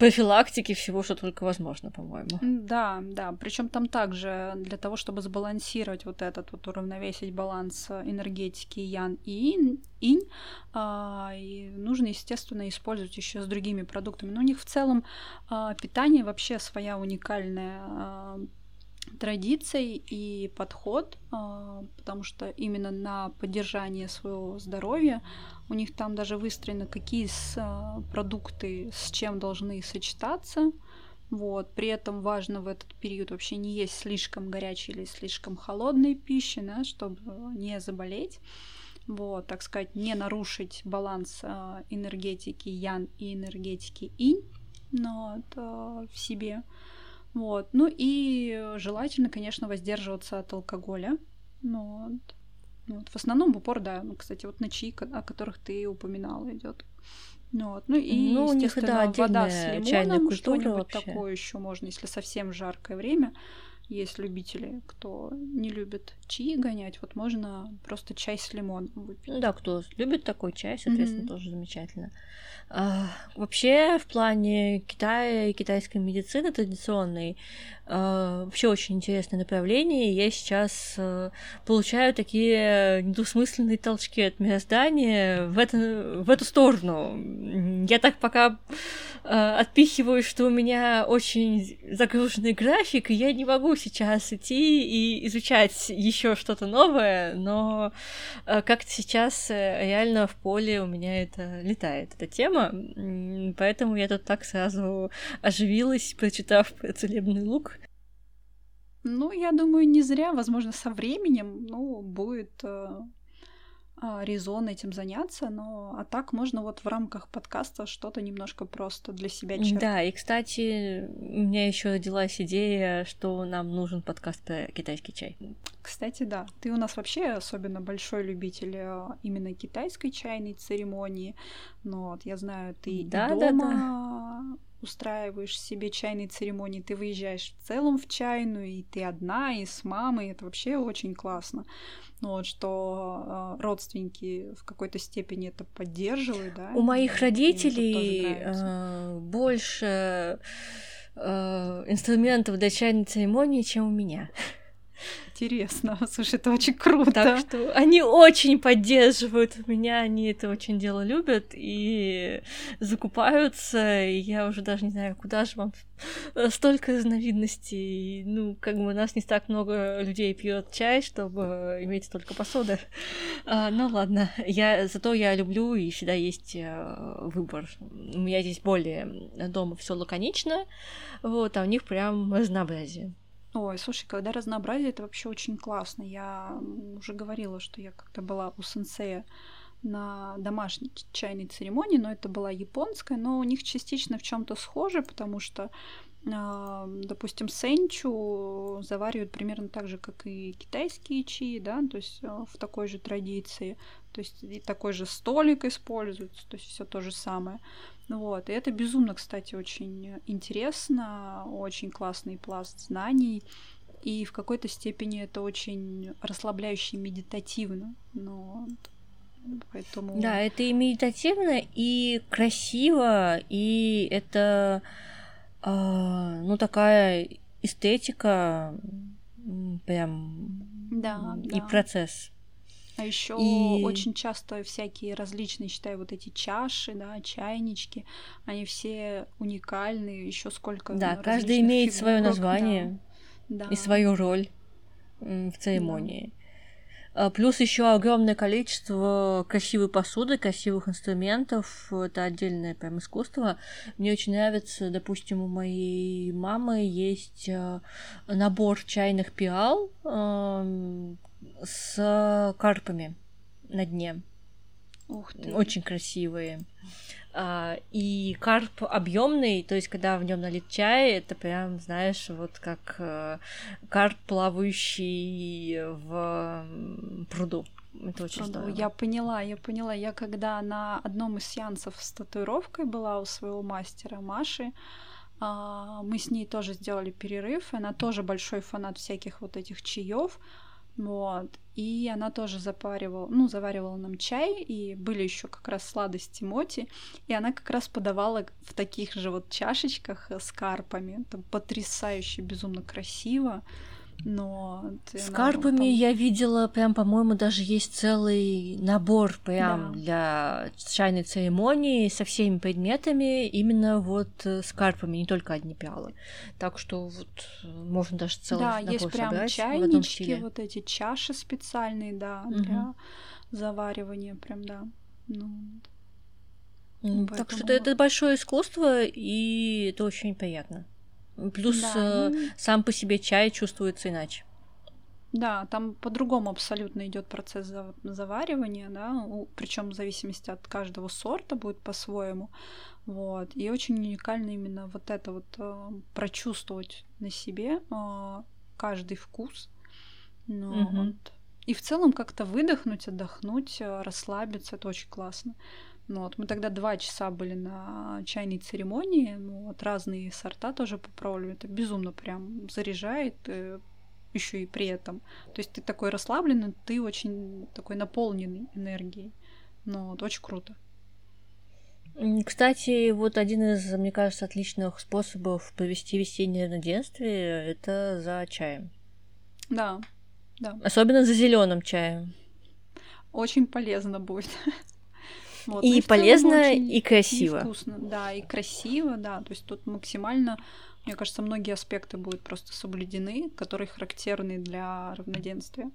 [SPEAKER 1] профилактики всего, что только возможно, по-моему.
[SPEAKER 2] Да, да. Причем там также для того, чтобы сбалансировать вот этот вот, уравновесить баланс энергетики ян и инь, инь а, и нужно, естественно, использовать еще с другими продуктами. Но у них в целом а, питание вообще своя уникальная а, традиция и подход, а, потому что именно на поддержание своего здоровья у них там даже выстроено, какие с, а, продукты с чем должны сочетаться. Вот. При этом важно в этот период вообще не есть слишком горячей или слишком холодной пищи, да, чтобы не заболеть. Вот, так сказать, не нарушить баланс а, энергетики ян и энергетики инь, но вот, а, в себе. Вот. Ну и желательно, конечно, воздерживаться от алкоголя. Ну, вот. Ну, вот. В основном в упор, да. Ну, кстати, вот на чаи, о которых ты упоминала, идет. Ну, вот. Ну и,
[SPEAKER 1] ну,
[SPEAKER 2] естественно,
[SPEAKER 1] у них, да,
[SPEAKER 2] вода с лимоном, что-нибудь
[SPEAKER 1] вообще.
[SPEAKER 2] такое еще можно, если совсем жаркое время. Есть любители, кто не любит чаи гонять, вот можно просто чай с лимоном выпить.
[SPEAKER 1] Ну да, кто любит такой чай, соответственно, mm-hmm. тоже замечательно. А, вообще, в плане Китая и китайской медицины традиционной, а, вообще очень интересное направление. Я сейчас а, получаю такие недвусмысленные толчки от мироздания в, это, в эту сторону. Я так пока а, отпихиваю, что у меня очень загруженный график, и я не могу сейчас идти и изучать еще что-то новое, но а, как-то сейчас реально в поле у меня это летает, эта тема. Поэтому я тут так сразу оживилась, прочитав про целебный лук.
[SPEAKER 2] Ну, я думаю, не зря, возможно, со временем, ну, будет э, э, резон этим заняться, но а так можно вот в рамках подкаста что-то немножко просто для себя черпать.
[SPEAKER 1] Да, и, кстати, у меня еще родилась идея, что нам нужен подкаст про китайский чай.
[SPEAKER 2] Кстати, да. Ты у нас вообще особенно большой любитель именно китайской чайной церемонии. Но вот я знаю, ты
[SPEAKER 1] да,
[SPEAKER 2] и дома
[SPEAKER 1] да, да.
[SPEAKER 2] устраиваешь себе чайные церемонии, ты выезжаешь в целом в чайную, и ты одна, и с мамой. Это вообще очень классно. Ну, вот, что э, родственники в какой-то степени это поддерживают, да?
[SPEAKER 1] У моих родителей э, больше э, инструментов для чайной церемонии, чем у меня.
[SPEAKER 2] Интересно. Слушай, это очень круто.
[SPEAKER 1] Так что они очень поддерживают меня, они это очень дело любят и закупаются, и я уже даже не знаю, куда же вам столько разновидностей. Ну, как бы у нас не так много людей пьет чай, чтобы иметь столько посуды. А, ну ладно, я, зато я люблю, и всегда есть выбор. У меня здесь более дома все лаконично, вот, а у них прям разнообразие.
[SPEAKER 2] Ой, слушай, когда разнообразие, это вообще очень классно. Я уже говорила, что я как-то была у сенсея на домашней чайной церемонии, но это была японская, но у них частично в чем-то схоже, потому что, допустим, сенчу заваривают примерно так же, как и китайские чаи, да, то есть в такой же традиции, то есть и такой же столик используется, то есть все то же самое. Вот. И это безумно, кстати, очень интересно, очень классный пласт знаний, и в какой-то степени это очень расслабляюще и медитативно. Но поэтому...
[SPEAKER 1] Да, это и медитативно, и красиво, и это, э, ну, такая эстетика, прям,
[SPEAKER 2] да,
[SPEAKER 1] и
[SPEAKER 2] да.
[SPEAKER 1] процесс.
[SPEAKER 2] А еще
[SPEAKER 1] и...
[SPEAKER 2] очень часто всякие различные, считаю, вот эти чаши, да, чайнички, они все уникальные, еще сколько.
[SPEAKER 1] Да, каждый имеет свое название,
[SPEAKER 2] да.
[SPEAKER 1] и свою роль в церемонии. Да. Плюс еще огромное количество красивой посуды, красивых инструментов. Это отдельное прям искусство. Мне очень нравится, допустим, у моей мамы есть набор чайных пиал с карпами на дне.
[SPEAKER 2] Ух ты.
[SPEAKER 1] Очень красивые. И карп объемный, то есть когда в нем налит чай, это прям, знаешь, вот как карп, плавающий в пруду. Это очень здорово.
[SPEAKER 2] Я поняла, я поняла. Я когда на одном из сеансов с татуировкой была у своего мастера Маши, мы с ней тоже сделали перерыв, она тоже большой фанат всяких вот этих чаев. Вот. И она тоже запаривала, ну, заваривала нам чай, и были еще как раз сладости моти, и она как раз подавала в таких же вот чашечках с карпами. Это потрясающе, безумно красиво. Но
[SPEAKER 1] С
[SPEAKER 2] она, ну,
[SPEAKER 1] карпами
[SPEAKER 2] там...
[SPEAKER 1] я видела, прям, по-моему, даже есть целый набор прям
[SPEAKER 2] Да.
[SPEAKER 1] для чайной церемонии со всеми предметами, именно вот с карпами, не только одни пиалы. Так что вот можно даже целый
[SPEAKER 2] Да,
[SPEAKER 1] набор
[SPEAKER 2] есть прям
[SPEAKER 1] собрать в одном
[SPEAKER 2] чайнички,
[SPEAKER 1] стиле.
[SPEAKER 2] вот эти чаши специальные, да,
[SPEAKER 1] Мгм.
[SPEAKER 2] для заваривания, прям, да. Ну,
[SPEAKER 1] М, Так что
[SPEAKER 2] поэтому
[SPEAKER 1] это,
[SPEAKER 2] вот.
[SPEAKER 1] это большое искусство, и это очень приятно. Плюс
[SPEAKER 2] Да,
[SPEAKER 1] э,
[SPEAKER 2] ну и
[SPEAKER 1] сам по себе чай чувствуется иначе.
[SPEAKER 2] да, там по-другому абсолютно идет процесс зав- заваривания, да, причем в зависимости от каждого сорта будет по-своему. Вот. И очень уникально именно вот это вот э, прочувствовать на себе э, каждый вкус. Ну,
[SPEAKER 1] Мгм.
[SPEAKER 2] вот. И в целом как-то выдохнуть, отдохнуть, э, расслабиться, это очень классно. Ну, вот мы тогда два часа были на чайной церемонии, ну, вот разные сорта тоже попробовали. Это безумно прям заряжает, еще и при этом. То есть ты такой расслабленный, ты очень такой наполненный энергией. Ну, вот очень круто.
[SPEAKER 1] М, Кстати, вот один из, мне кажется, отличных способов провести весеннее равноденствие — это за чаем.
[SPEAKER 2] Да, да.
[SPEAKER 1] Особенно за зеленым чаем.
[SPEAKER 2] Очень полезно будет. Вот. Ну
[SPEAKER 1] И
[SPEAKER 2] и в целом
[SPEAKER 1] полезно,
[SPEAKER 2] очень
[SPEAKER 1] и красиво.
[SPEAKER 2] невкусно, да, и красиво, да. То есть тут максимально, мне кажется, многие аспекты будут просто соблюдены, которые характерны для равноденствия.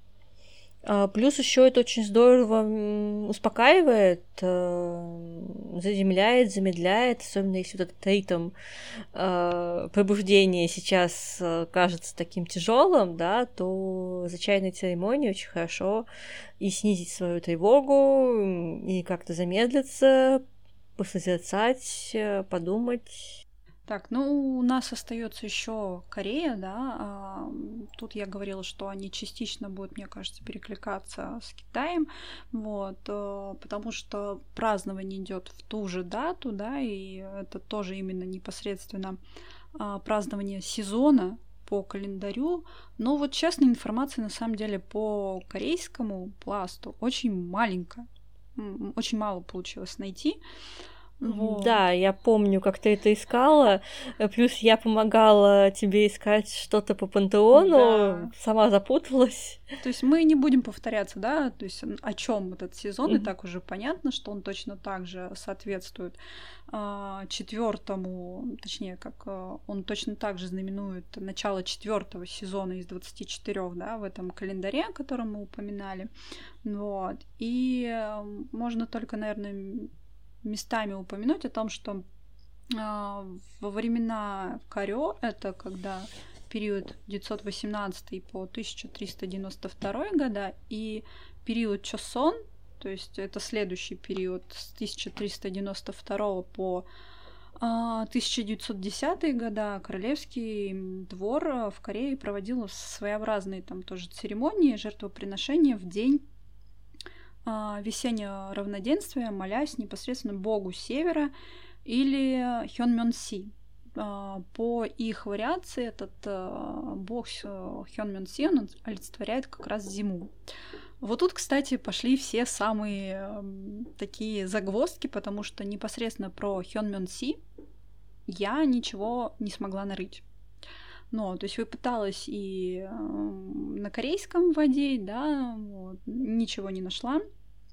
[SPEAKER 1] А, Плюс еще это очень здорово м, успокаивает, э, заземляет, замедляет, особенно если вот этот ритм э, пробуждения сейчас э, кажется таким тяжелым, да, то за чайной церемонией очень хорошо и снизить свою тревогу, м, и как-то замедлиться, посозерцать, э, подумать.
[SPEAKER 2] Так, ну у нас остается еще Корея, да. а, м, Тут я говорила, что они частично будут, мне кажется, перекликаться с Китаем, вот, э, потому что празднование идет в ту же дату, да, и это тоже именно непосредственно а, празднование сезона по календарю. Но вот честно, информация на самом деле по корейскому пласту очень маленькая, М, очень мало получилось найти.
[SPEAKER 1] Мгм.
[SPEAKER 2] Вот.
[SPEAKER 1] Да, я помню, как ты это искала. Э, Плюс я помогала тебе искать что-то по пантеону,
[SPEAKER 2] Да.
[SPEAKER 1] сама запуталась.
[SPEAKER 2] То есть мы не будем повторяться, да, то есть м, о чем этот сезон, и
[SPEAKER 1] Мгм.
[SPEAKER 2] так уже понятно, что он точно так же соответствует а, четвертому, точнее, как а, он точно так же знаменует начало четвертого сезона из двадцати четырёх, да, в этом календаре, о котором мы упоминали. Вот. И э, можно только, наверное, м- местами упомянуть о том, что а, во времена Карё, это когда период девятьсот восемнадцатый по тысяча триста девяносто второй года, и период Чосон, то есть это следующий период с тысяча триста девяносто второго по а, тысяча девятьсот десятые года, королевский м, двор а, в Корее проводил своеобразные там тоже церемонии, жертвоприношения в день а, весеннего равноденствия, молясь непосредственно богу севера или Хёнмёнси. А, По их вариации этот а, бог Хёнмёнси, он олицетворяет как раз зиму. Вот тут, кстати, пошли все самые м, такие загвоздки, потому что непосредственно про Хёнмёнси я ничего не смогла нарыть. Но, то есть я пыталась и м, на корейском вводить, да, вот, ничего не нашла.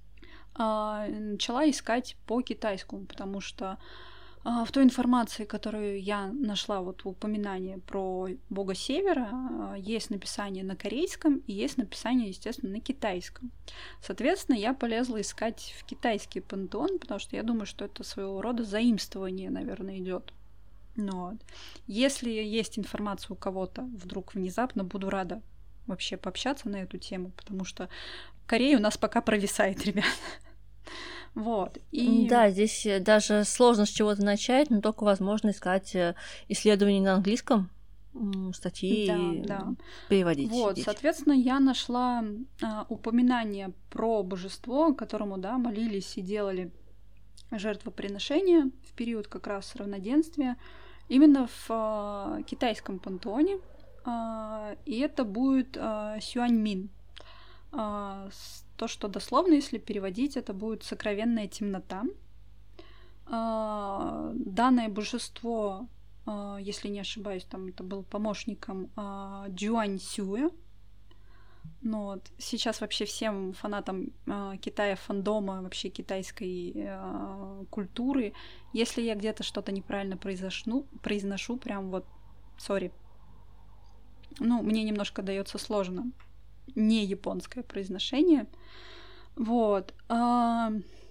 [SPEAKER 2] А, начала искать по китайскому, потому что а, в той информации, которую я нашла вот в упоминании про бога севера, а, есть написание на корейском и есть написание, естественно, на китайском. Соответственно, я полезла искать в китайский пантеон, потому что я думаю, что это своего рода заимствование, наверное, идет. Но вот. Если есть информация у кого-то вдруг внезапно, буду рада вообще пообщаться на эту тему, потому что Корея у нас пока провисает, ребят. Вот.
[SPEAKER 1] М,
[SPEAKER 2] И
[SPEAKER 1] Да, здесь э, даже сложно с чего-то начать, но только возможно искать э, исследования на английском, м,
[SPEAKER 2] да,
[SPEAKER 1] статьи,
[SPEAKER 2] да.
[SPEAKER 1] м, переводить,
[SPEAKER 2] Вот,
[SPEAKER 1] сидеть.
[SPEAKER 2] соответственно, я нашла а, упоминание про божество, которому, да, молились и делали жертвоприношения в период как раз равноденствия, именно в а, китайском пантеоне. и это будет Сюаньмин. То, что дословно, если переводить, это будет сокровенная темнота. Данное божество, если не ошибаюсь, там это был помощником Джуаньсюя. Ну, вот. Сейчас вообще всем фанатам э, Китая, фандома, вообще китайской э, культуры, если я где-то что-то неправильно произношу, произношу прям вот, сори, ну, мне немножко дается сложно, не японское произношение, вот. Э,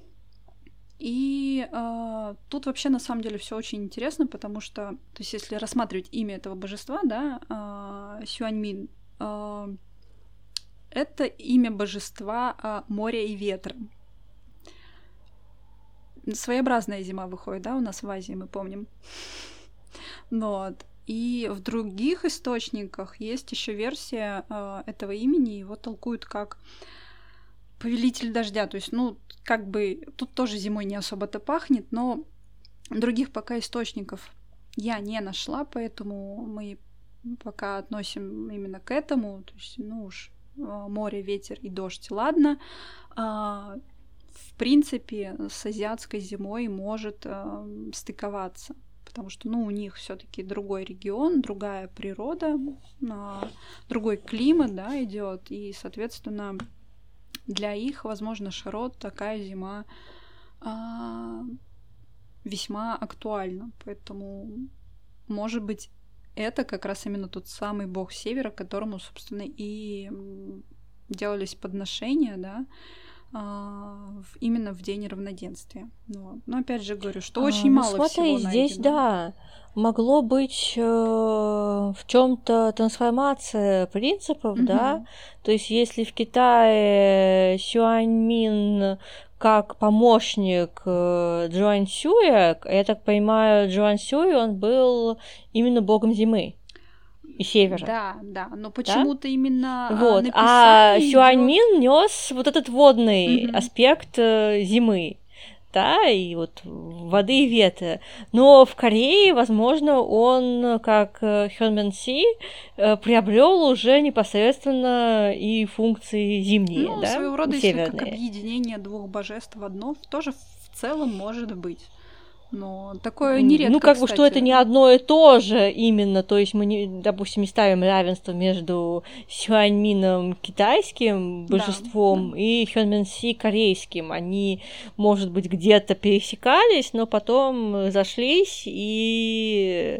[SPEAKER 2] и э, тут вообще на самом деле все очень интересно, потому что, то есть если рассматривать имя этого божества, да, э, Сюаньмин, э, это имя божества а, моря и ветра. Своеобразная зима выходит, да, у нас в Азии, мы помним. Вот. И в других источниках есть еще версия а, этого имени, его толкуют как повелитель дождя. То есть, ну, как бы тут тоже зимой не особо-то пахнет, но других пока источников я не нашла, поэтому мы пока относим именно к этому. То есть, ну уж море, ветер и дождь, ладно. А, в принципе, с азиатской зимой может а, стыковаться, потому что, ну, у них все-таки другой регион, другая природа, а, другой климат, да, идет, и, соответственно, для их, возможно, широт такая зима а, весьма актуальна, поэтому, может быть, это как раз именно тот самый бог севера, которому, собственно, и делались подношения, да, именно в день равноденствия. Вот. Но опять же говорю, что очень
[SPEAKER 1] а, ну,
[SPEAKER 2] мало
[SPEAKER 1] смотри,
[SPEAKER 2] всего найдено.
[SPEAKER 1] Здесь, да, могло быть э, в чем-то трансформация принципов, угу. да, то есть если в Китае Сюаньмин как помощник Джуаньсюя, я так понимаю, Джуаньсюй, он был именно богом зимы и севера.
[SPEAKER 2] Да, да, но почему-то да? именно
[SPEAKER 1] вот.
[SPEAKER 2] написание
[SPEAKER 1] А
[SPEAKER 2] идёт...
[SPEAKER 1] Сюаньмин нёс вот этот водный угу. аспект зимы, да, и вот воды и ветра. Но в Корее, возможно, он, как Хёнмен Си, приобрел уже непосредственно и функции зимние,
[SPEAKER 2] ну,
[SPEAKER 1] да,
[SPEAKER 2] своего рода,
[SPEAKER 1] северные.
[SPEAKER 2] Если как объединение двух божеств в одно, тоже в целом может быть. Но такое нередко,
[SPEAKER 1] Ну, как
[SPEAKER 2] кстати.
[SPEAKER 1] бы, что это не одно и то же именно, то есть мы, не, допустим, не ставим равенство между Сюаньмином китайским божеством да, да. и Хёнмен Си корейским. Они, может быть, где-то пересекались, но потом зашлись и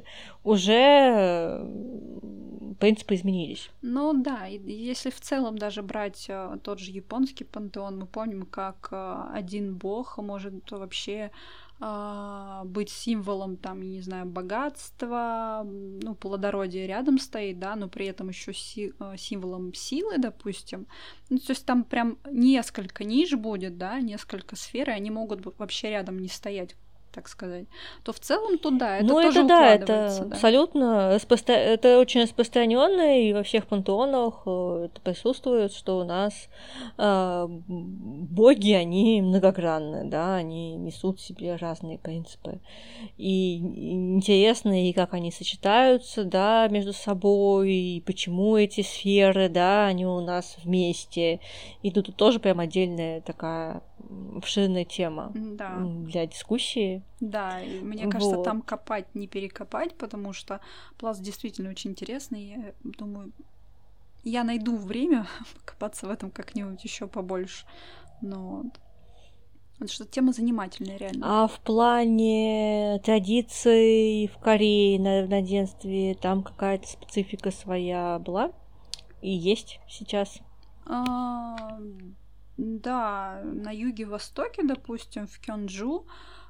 [SPEAKER 1] уже принципы изменились.
[SPEAKER 2] Ну да, и если в целом даже брать uh, тот же японский пантеон, мы помним, как uh, один бог может вообще uh, быть символом, там, я не знаю, богатства, ну, плодородия рядом стоит, да, но при этом еще си- uh, символом силы, допустим. Ну, то есть там прям несколько ниш будет, да, несколько сфер, и они могут вообще рядом не стоять, так сказать, то в целом то да, это
[SPEAKER 1] ну,
[SPEAKER 2] тоже
[SPEAKER 1] это, да, это
[SPEAKER 2] да.
[SPEAKER 1] абсолютно распро... это очень распространённо, и во всех пантеонах это присутствует, что у нас э, боги, они многогранны, да, они несут в себе разные принципы. И интересно, и как они сочетаются, да, между собой, и почему эти сферы, да, они у нас вместе. И тут тоже прям отдельная такая обширная тема
[SPEAKER 2] да.
[SPEAKER 1] для дискуссии.
[SPEAKER 2] Да, и мне кажется, вот. Там копать, не перекопать, потому что пласт действительно очень интересный. Я думаю, я найду время покопаться в этом как-нибудь еще побольше. Но потому что тема занимательная, реально.
[SPEAKER 1] А в плане традиций в Корее на равноденствии там какая-то специфика своя была и есть сейчас?
[SPEAKER 2] А, да, на юге-востоке, допустим, в Кёнджу,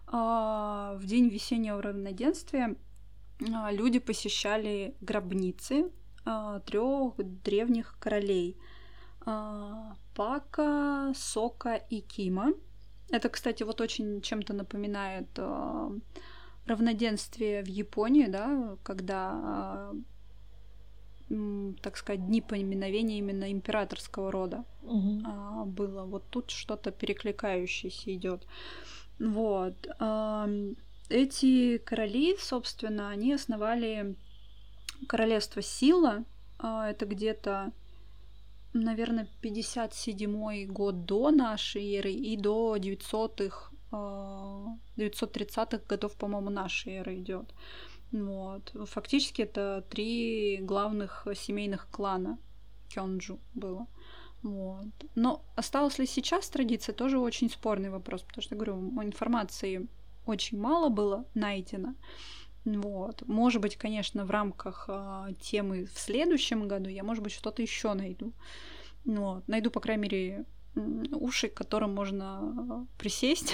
[SPEAKER 2] в день весеннего равноденствия люди посещали гробницы трех древних королей Пака, Сока и Кима. Это, кстати, вот очень чем-то напоминает равноденствие в Японии, да, когда, так сказать, дни поминовения именно императорского рода угу. было. Вот тут что-то перекликающееся идет. Вот. Эти короли, собственно, они основали королевство Сила, это где-то, наверное, пятьдесят седьмой год до нашей эры и до девятисотых, девятьсот тридцатых годов, по-моему, нашей эры идет. Вот. Фактически это три главных семейных клана Кёнджу было. Вот. Но осталась ли сейчас традиция, тоже очень спорный вопрос, потому что, говорю, информации очень мало было найдено. Вот. Может быть, конечно, в рамках э, темы в следующем году я, может быть, что-то еще найду. Вот. Найду, по крайней мере, уши, к которым можно присесть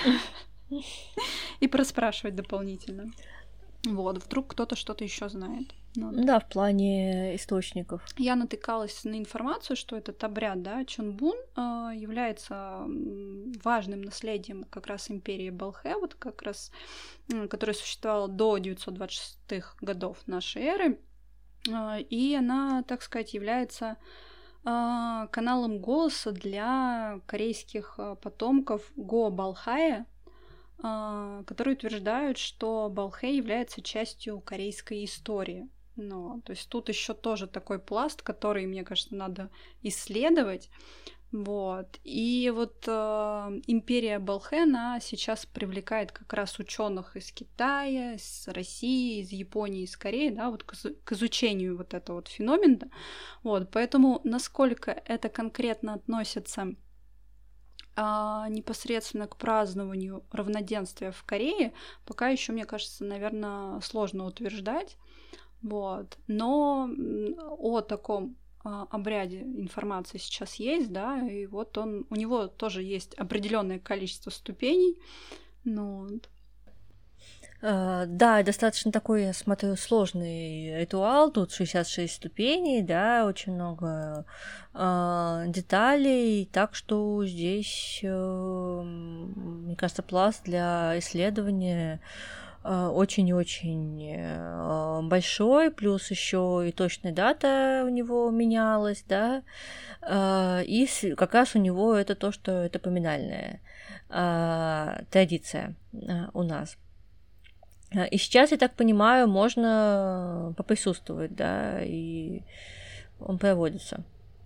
[SPEAKER 2] и проспрашивать дополнительно. Вот, вдруг кто-то что-то еще знает.
[SPEAKER 1] Ну, да, в плане источников.
[SPEAKER 2] Я натыкалась на информацию, что этот обряд, да, Чонбун, э, является важным наследием как раз империи Балхэ, вот как раз, э, которая существовала до девятьсот двадцать шестых годов нашей эры, э, и она, так сказать, является э, каналом голоса для корейских потомков Го Балхая, которые утверждают, что Балхэ является частью корейской истории. Ну, то есть тут еще тоже такой пласт, который, мне кажется, надо исследовать. Вот. И вот э, империя Балхэ, она сейчас привлекает как раз ученых из Китая, из России, из Японии, из Кореи, да, вот к, к изучению вот этого вот феномена. Вот. Поэтому насколько это конкретно относится А, непосредственно к празднованию равноденствия в Корее, пока еще, мне кажется, наверное, сложно утверждать. Вот. Но о таком а, обряде информация сейчас есть, да, и вот он, у него тоже есть определенное количество ступеней. Ну, вот.
[SPEAKER 1] Uh, да, достаточно такой, я смотрю, сложный ритуал. Тут шестьдесят шесть ступеней, да, очень много uh, деталей. Так что здесь, uh, мне кажется, пласт для исследования uh, очень-очень uh, большой. Плюс еще и точная дата у него менялась, да. Uh, и как раз у него это то, что это поминальная uh, традиция uh, у нас. И сейчас, я так понимаю, можно поприсутствовать, да, и он проводится.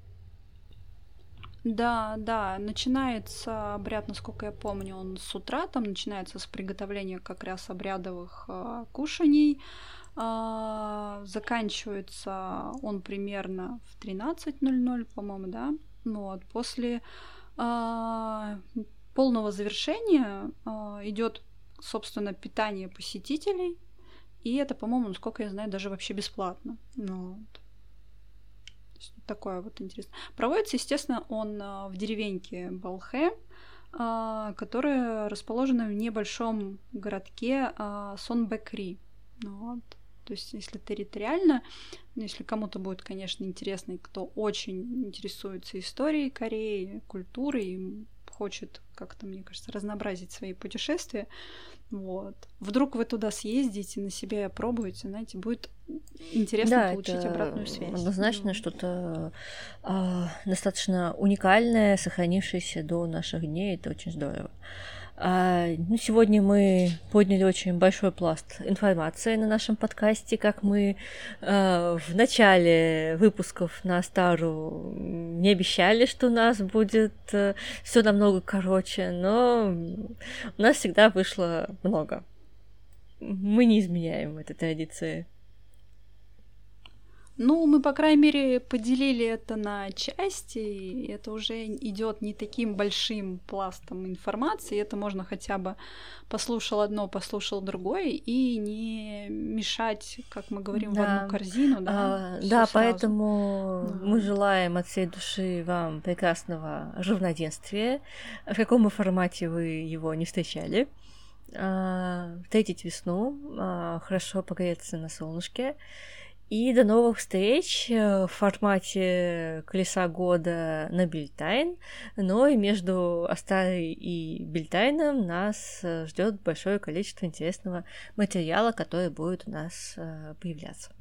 [SPEAKER 2] Да, да, начинается обряд, насколько я помню, он с утра, там начинается с приготовления как раз обрядовых э, кушаний, э, заканчивается он примерно в тринадцать ноль ноль, по-моему, да, вот, после э, полного завершения э, идет, собственно, питание посетителей, и это, по-моему, насколько я знаю, даже вообще бесплатно. Ну, вот. Такое вот интересно. Проводится, естественно, он в деревеньке Балхэ, которая расположена в небольшом городке Сонбэкри. Вот. То есть, если территориально, если кому-то будет, конечно, интересно, и кто очень интересуется историей Кореи, культурой, и хочет как-то, мне кажется, разнообразить свои путешествия, вот. Вдруг вы туда съездите, на себе опробуете, знаете, будет интересно
[SPEAKER 1] да,
[SPEAKER 2] получить обратную связь.
[SPEAKER 1] Однозначно, да. Что-то э, достаточно уникальное, сохранившееся до наших дней, это очень здорово. А, ну, сегодня мы подняли очень большой пласт информации на нашем подкасте, как мы э, в начале выпусков на Стару не обещали, что у нас будет э, все намного короче, но у нас всегда вышло много. Мы не изменяем этой традиции.
[SPEAKER 2] Ну, мы, по крайней мере, поделили это на части, и это уже идет не таким большим пластом информации, это можно хотя бы послушал одно, послушал другое, и не мешать, как мы говорим, да. в одну корзину. Да,
[SPEAKER 1] а, да сразу. Поэтому да. мы желаем от всей души вам прекрасного равноденствия, в каком бы формате вы его не встречали. Встретить весну, хорошо погреться на солнышке. И до новых встреч в формате колеса года на Бельтайн. Но и между Астарой и Бельтайном нас ждет большое количество интересного материала, который будет у нас появляться.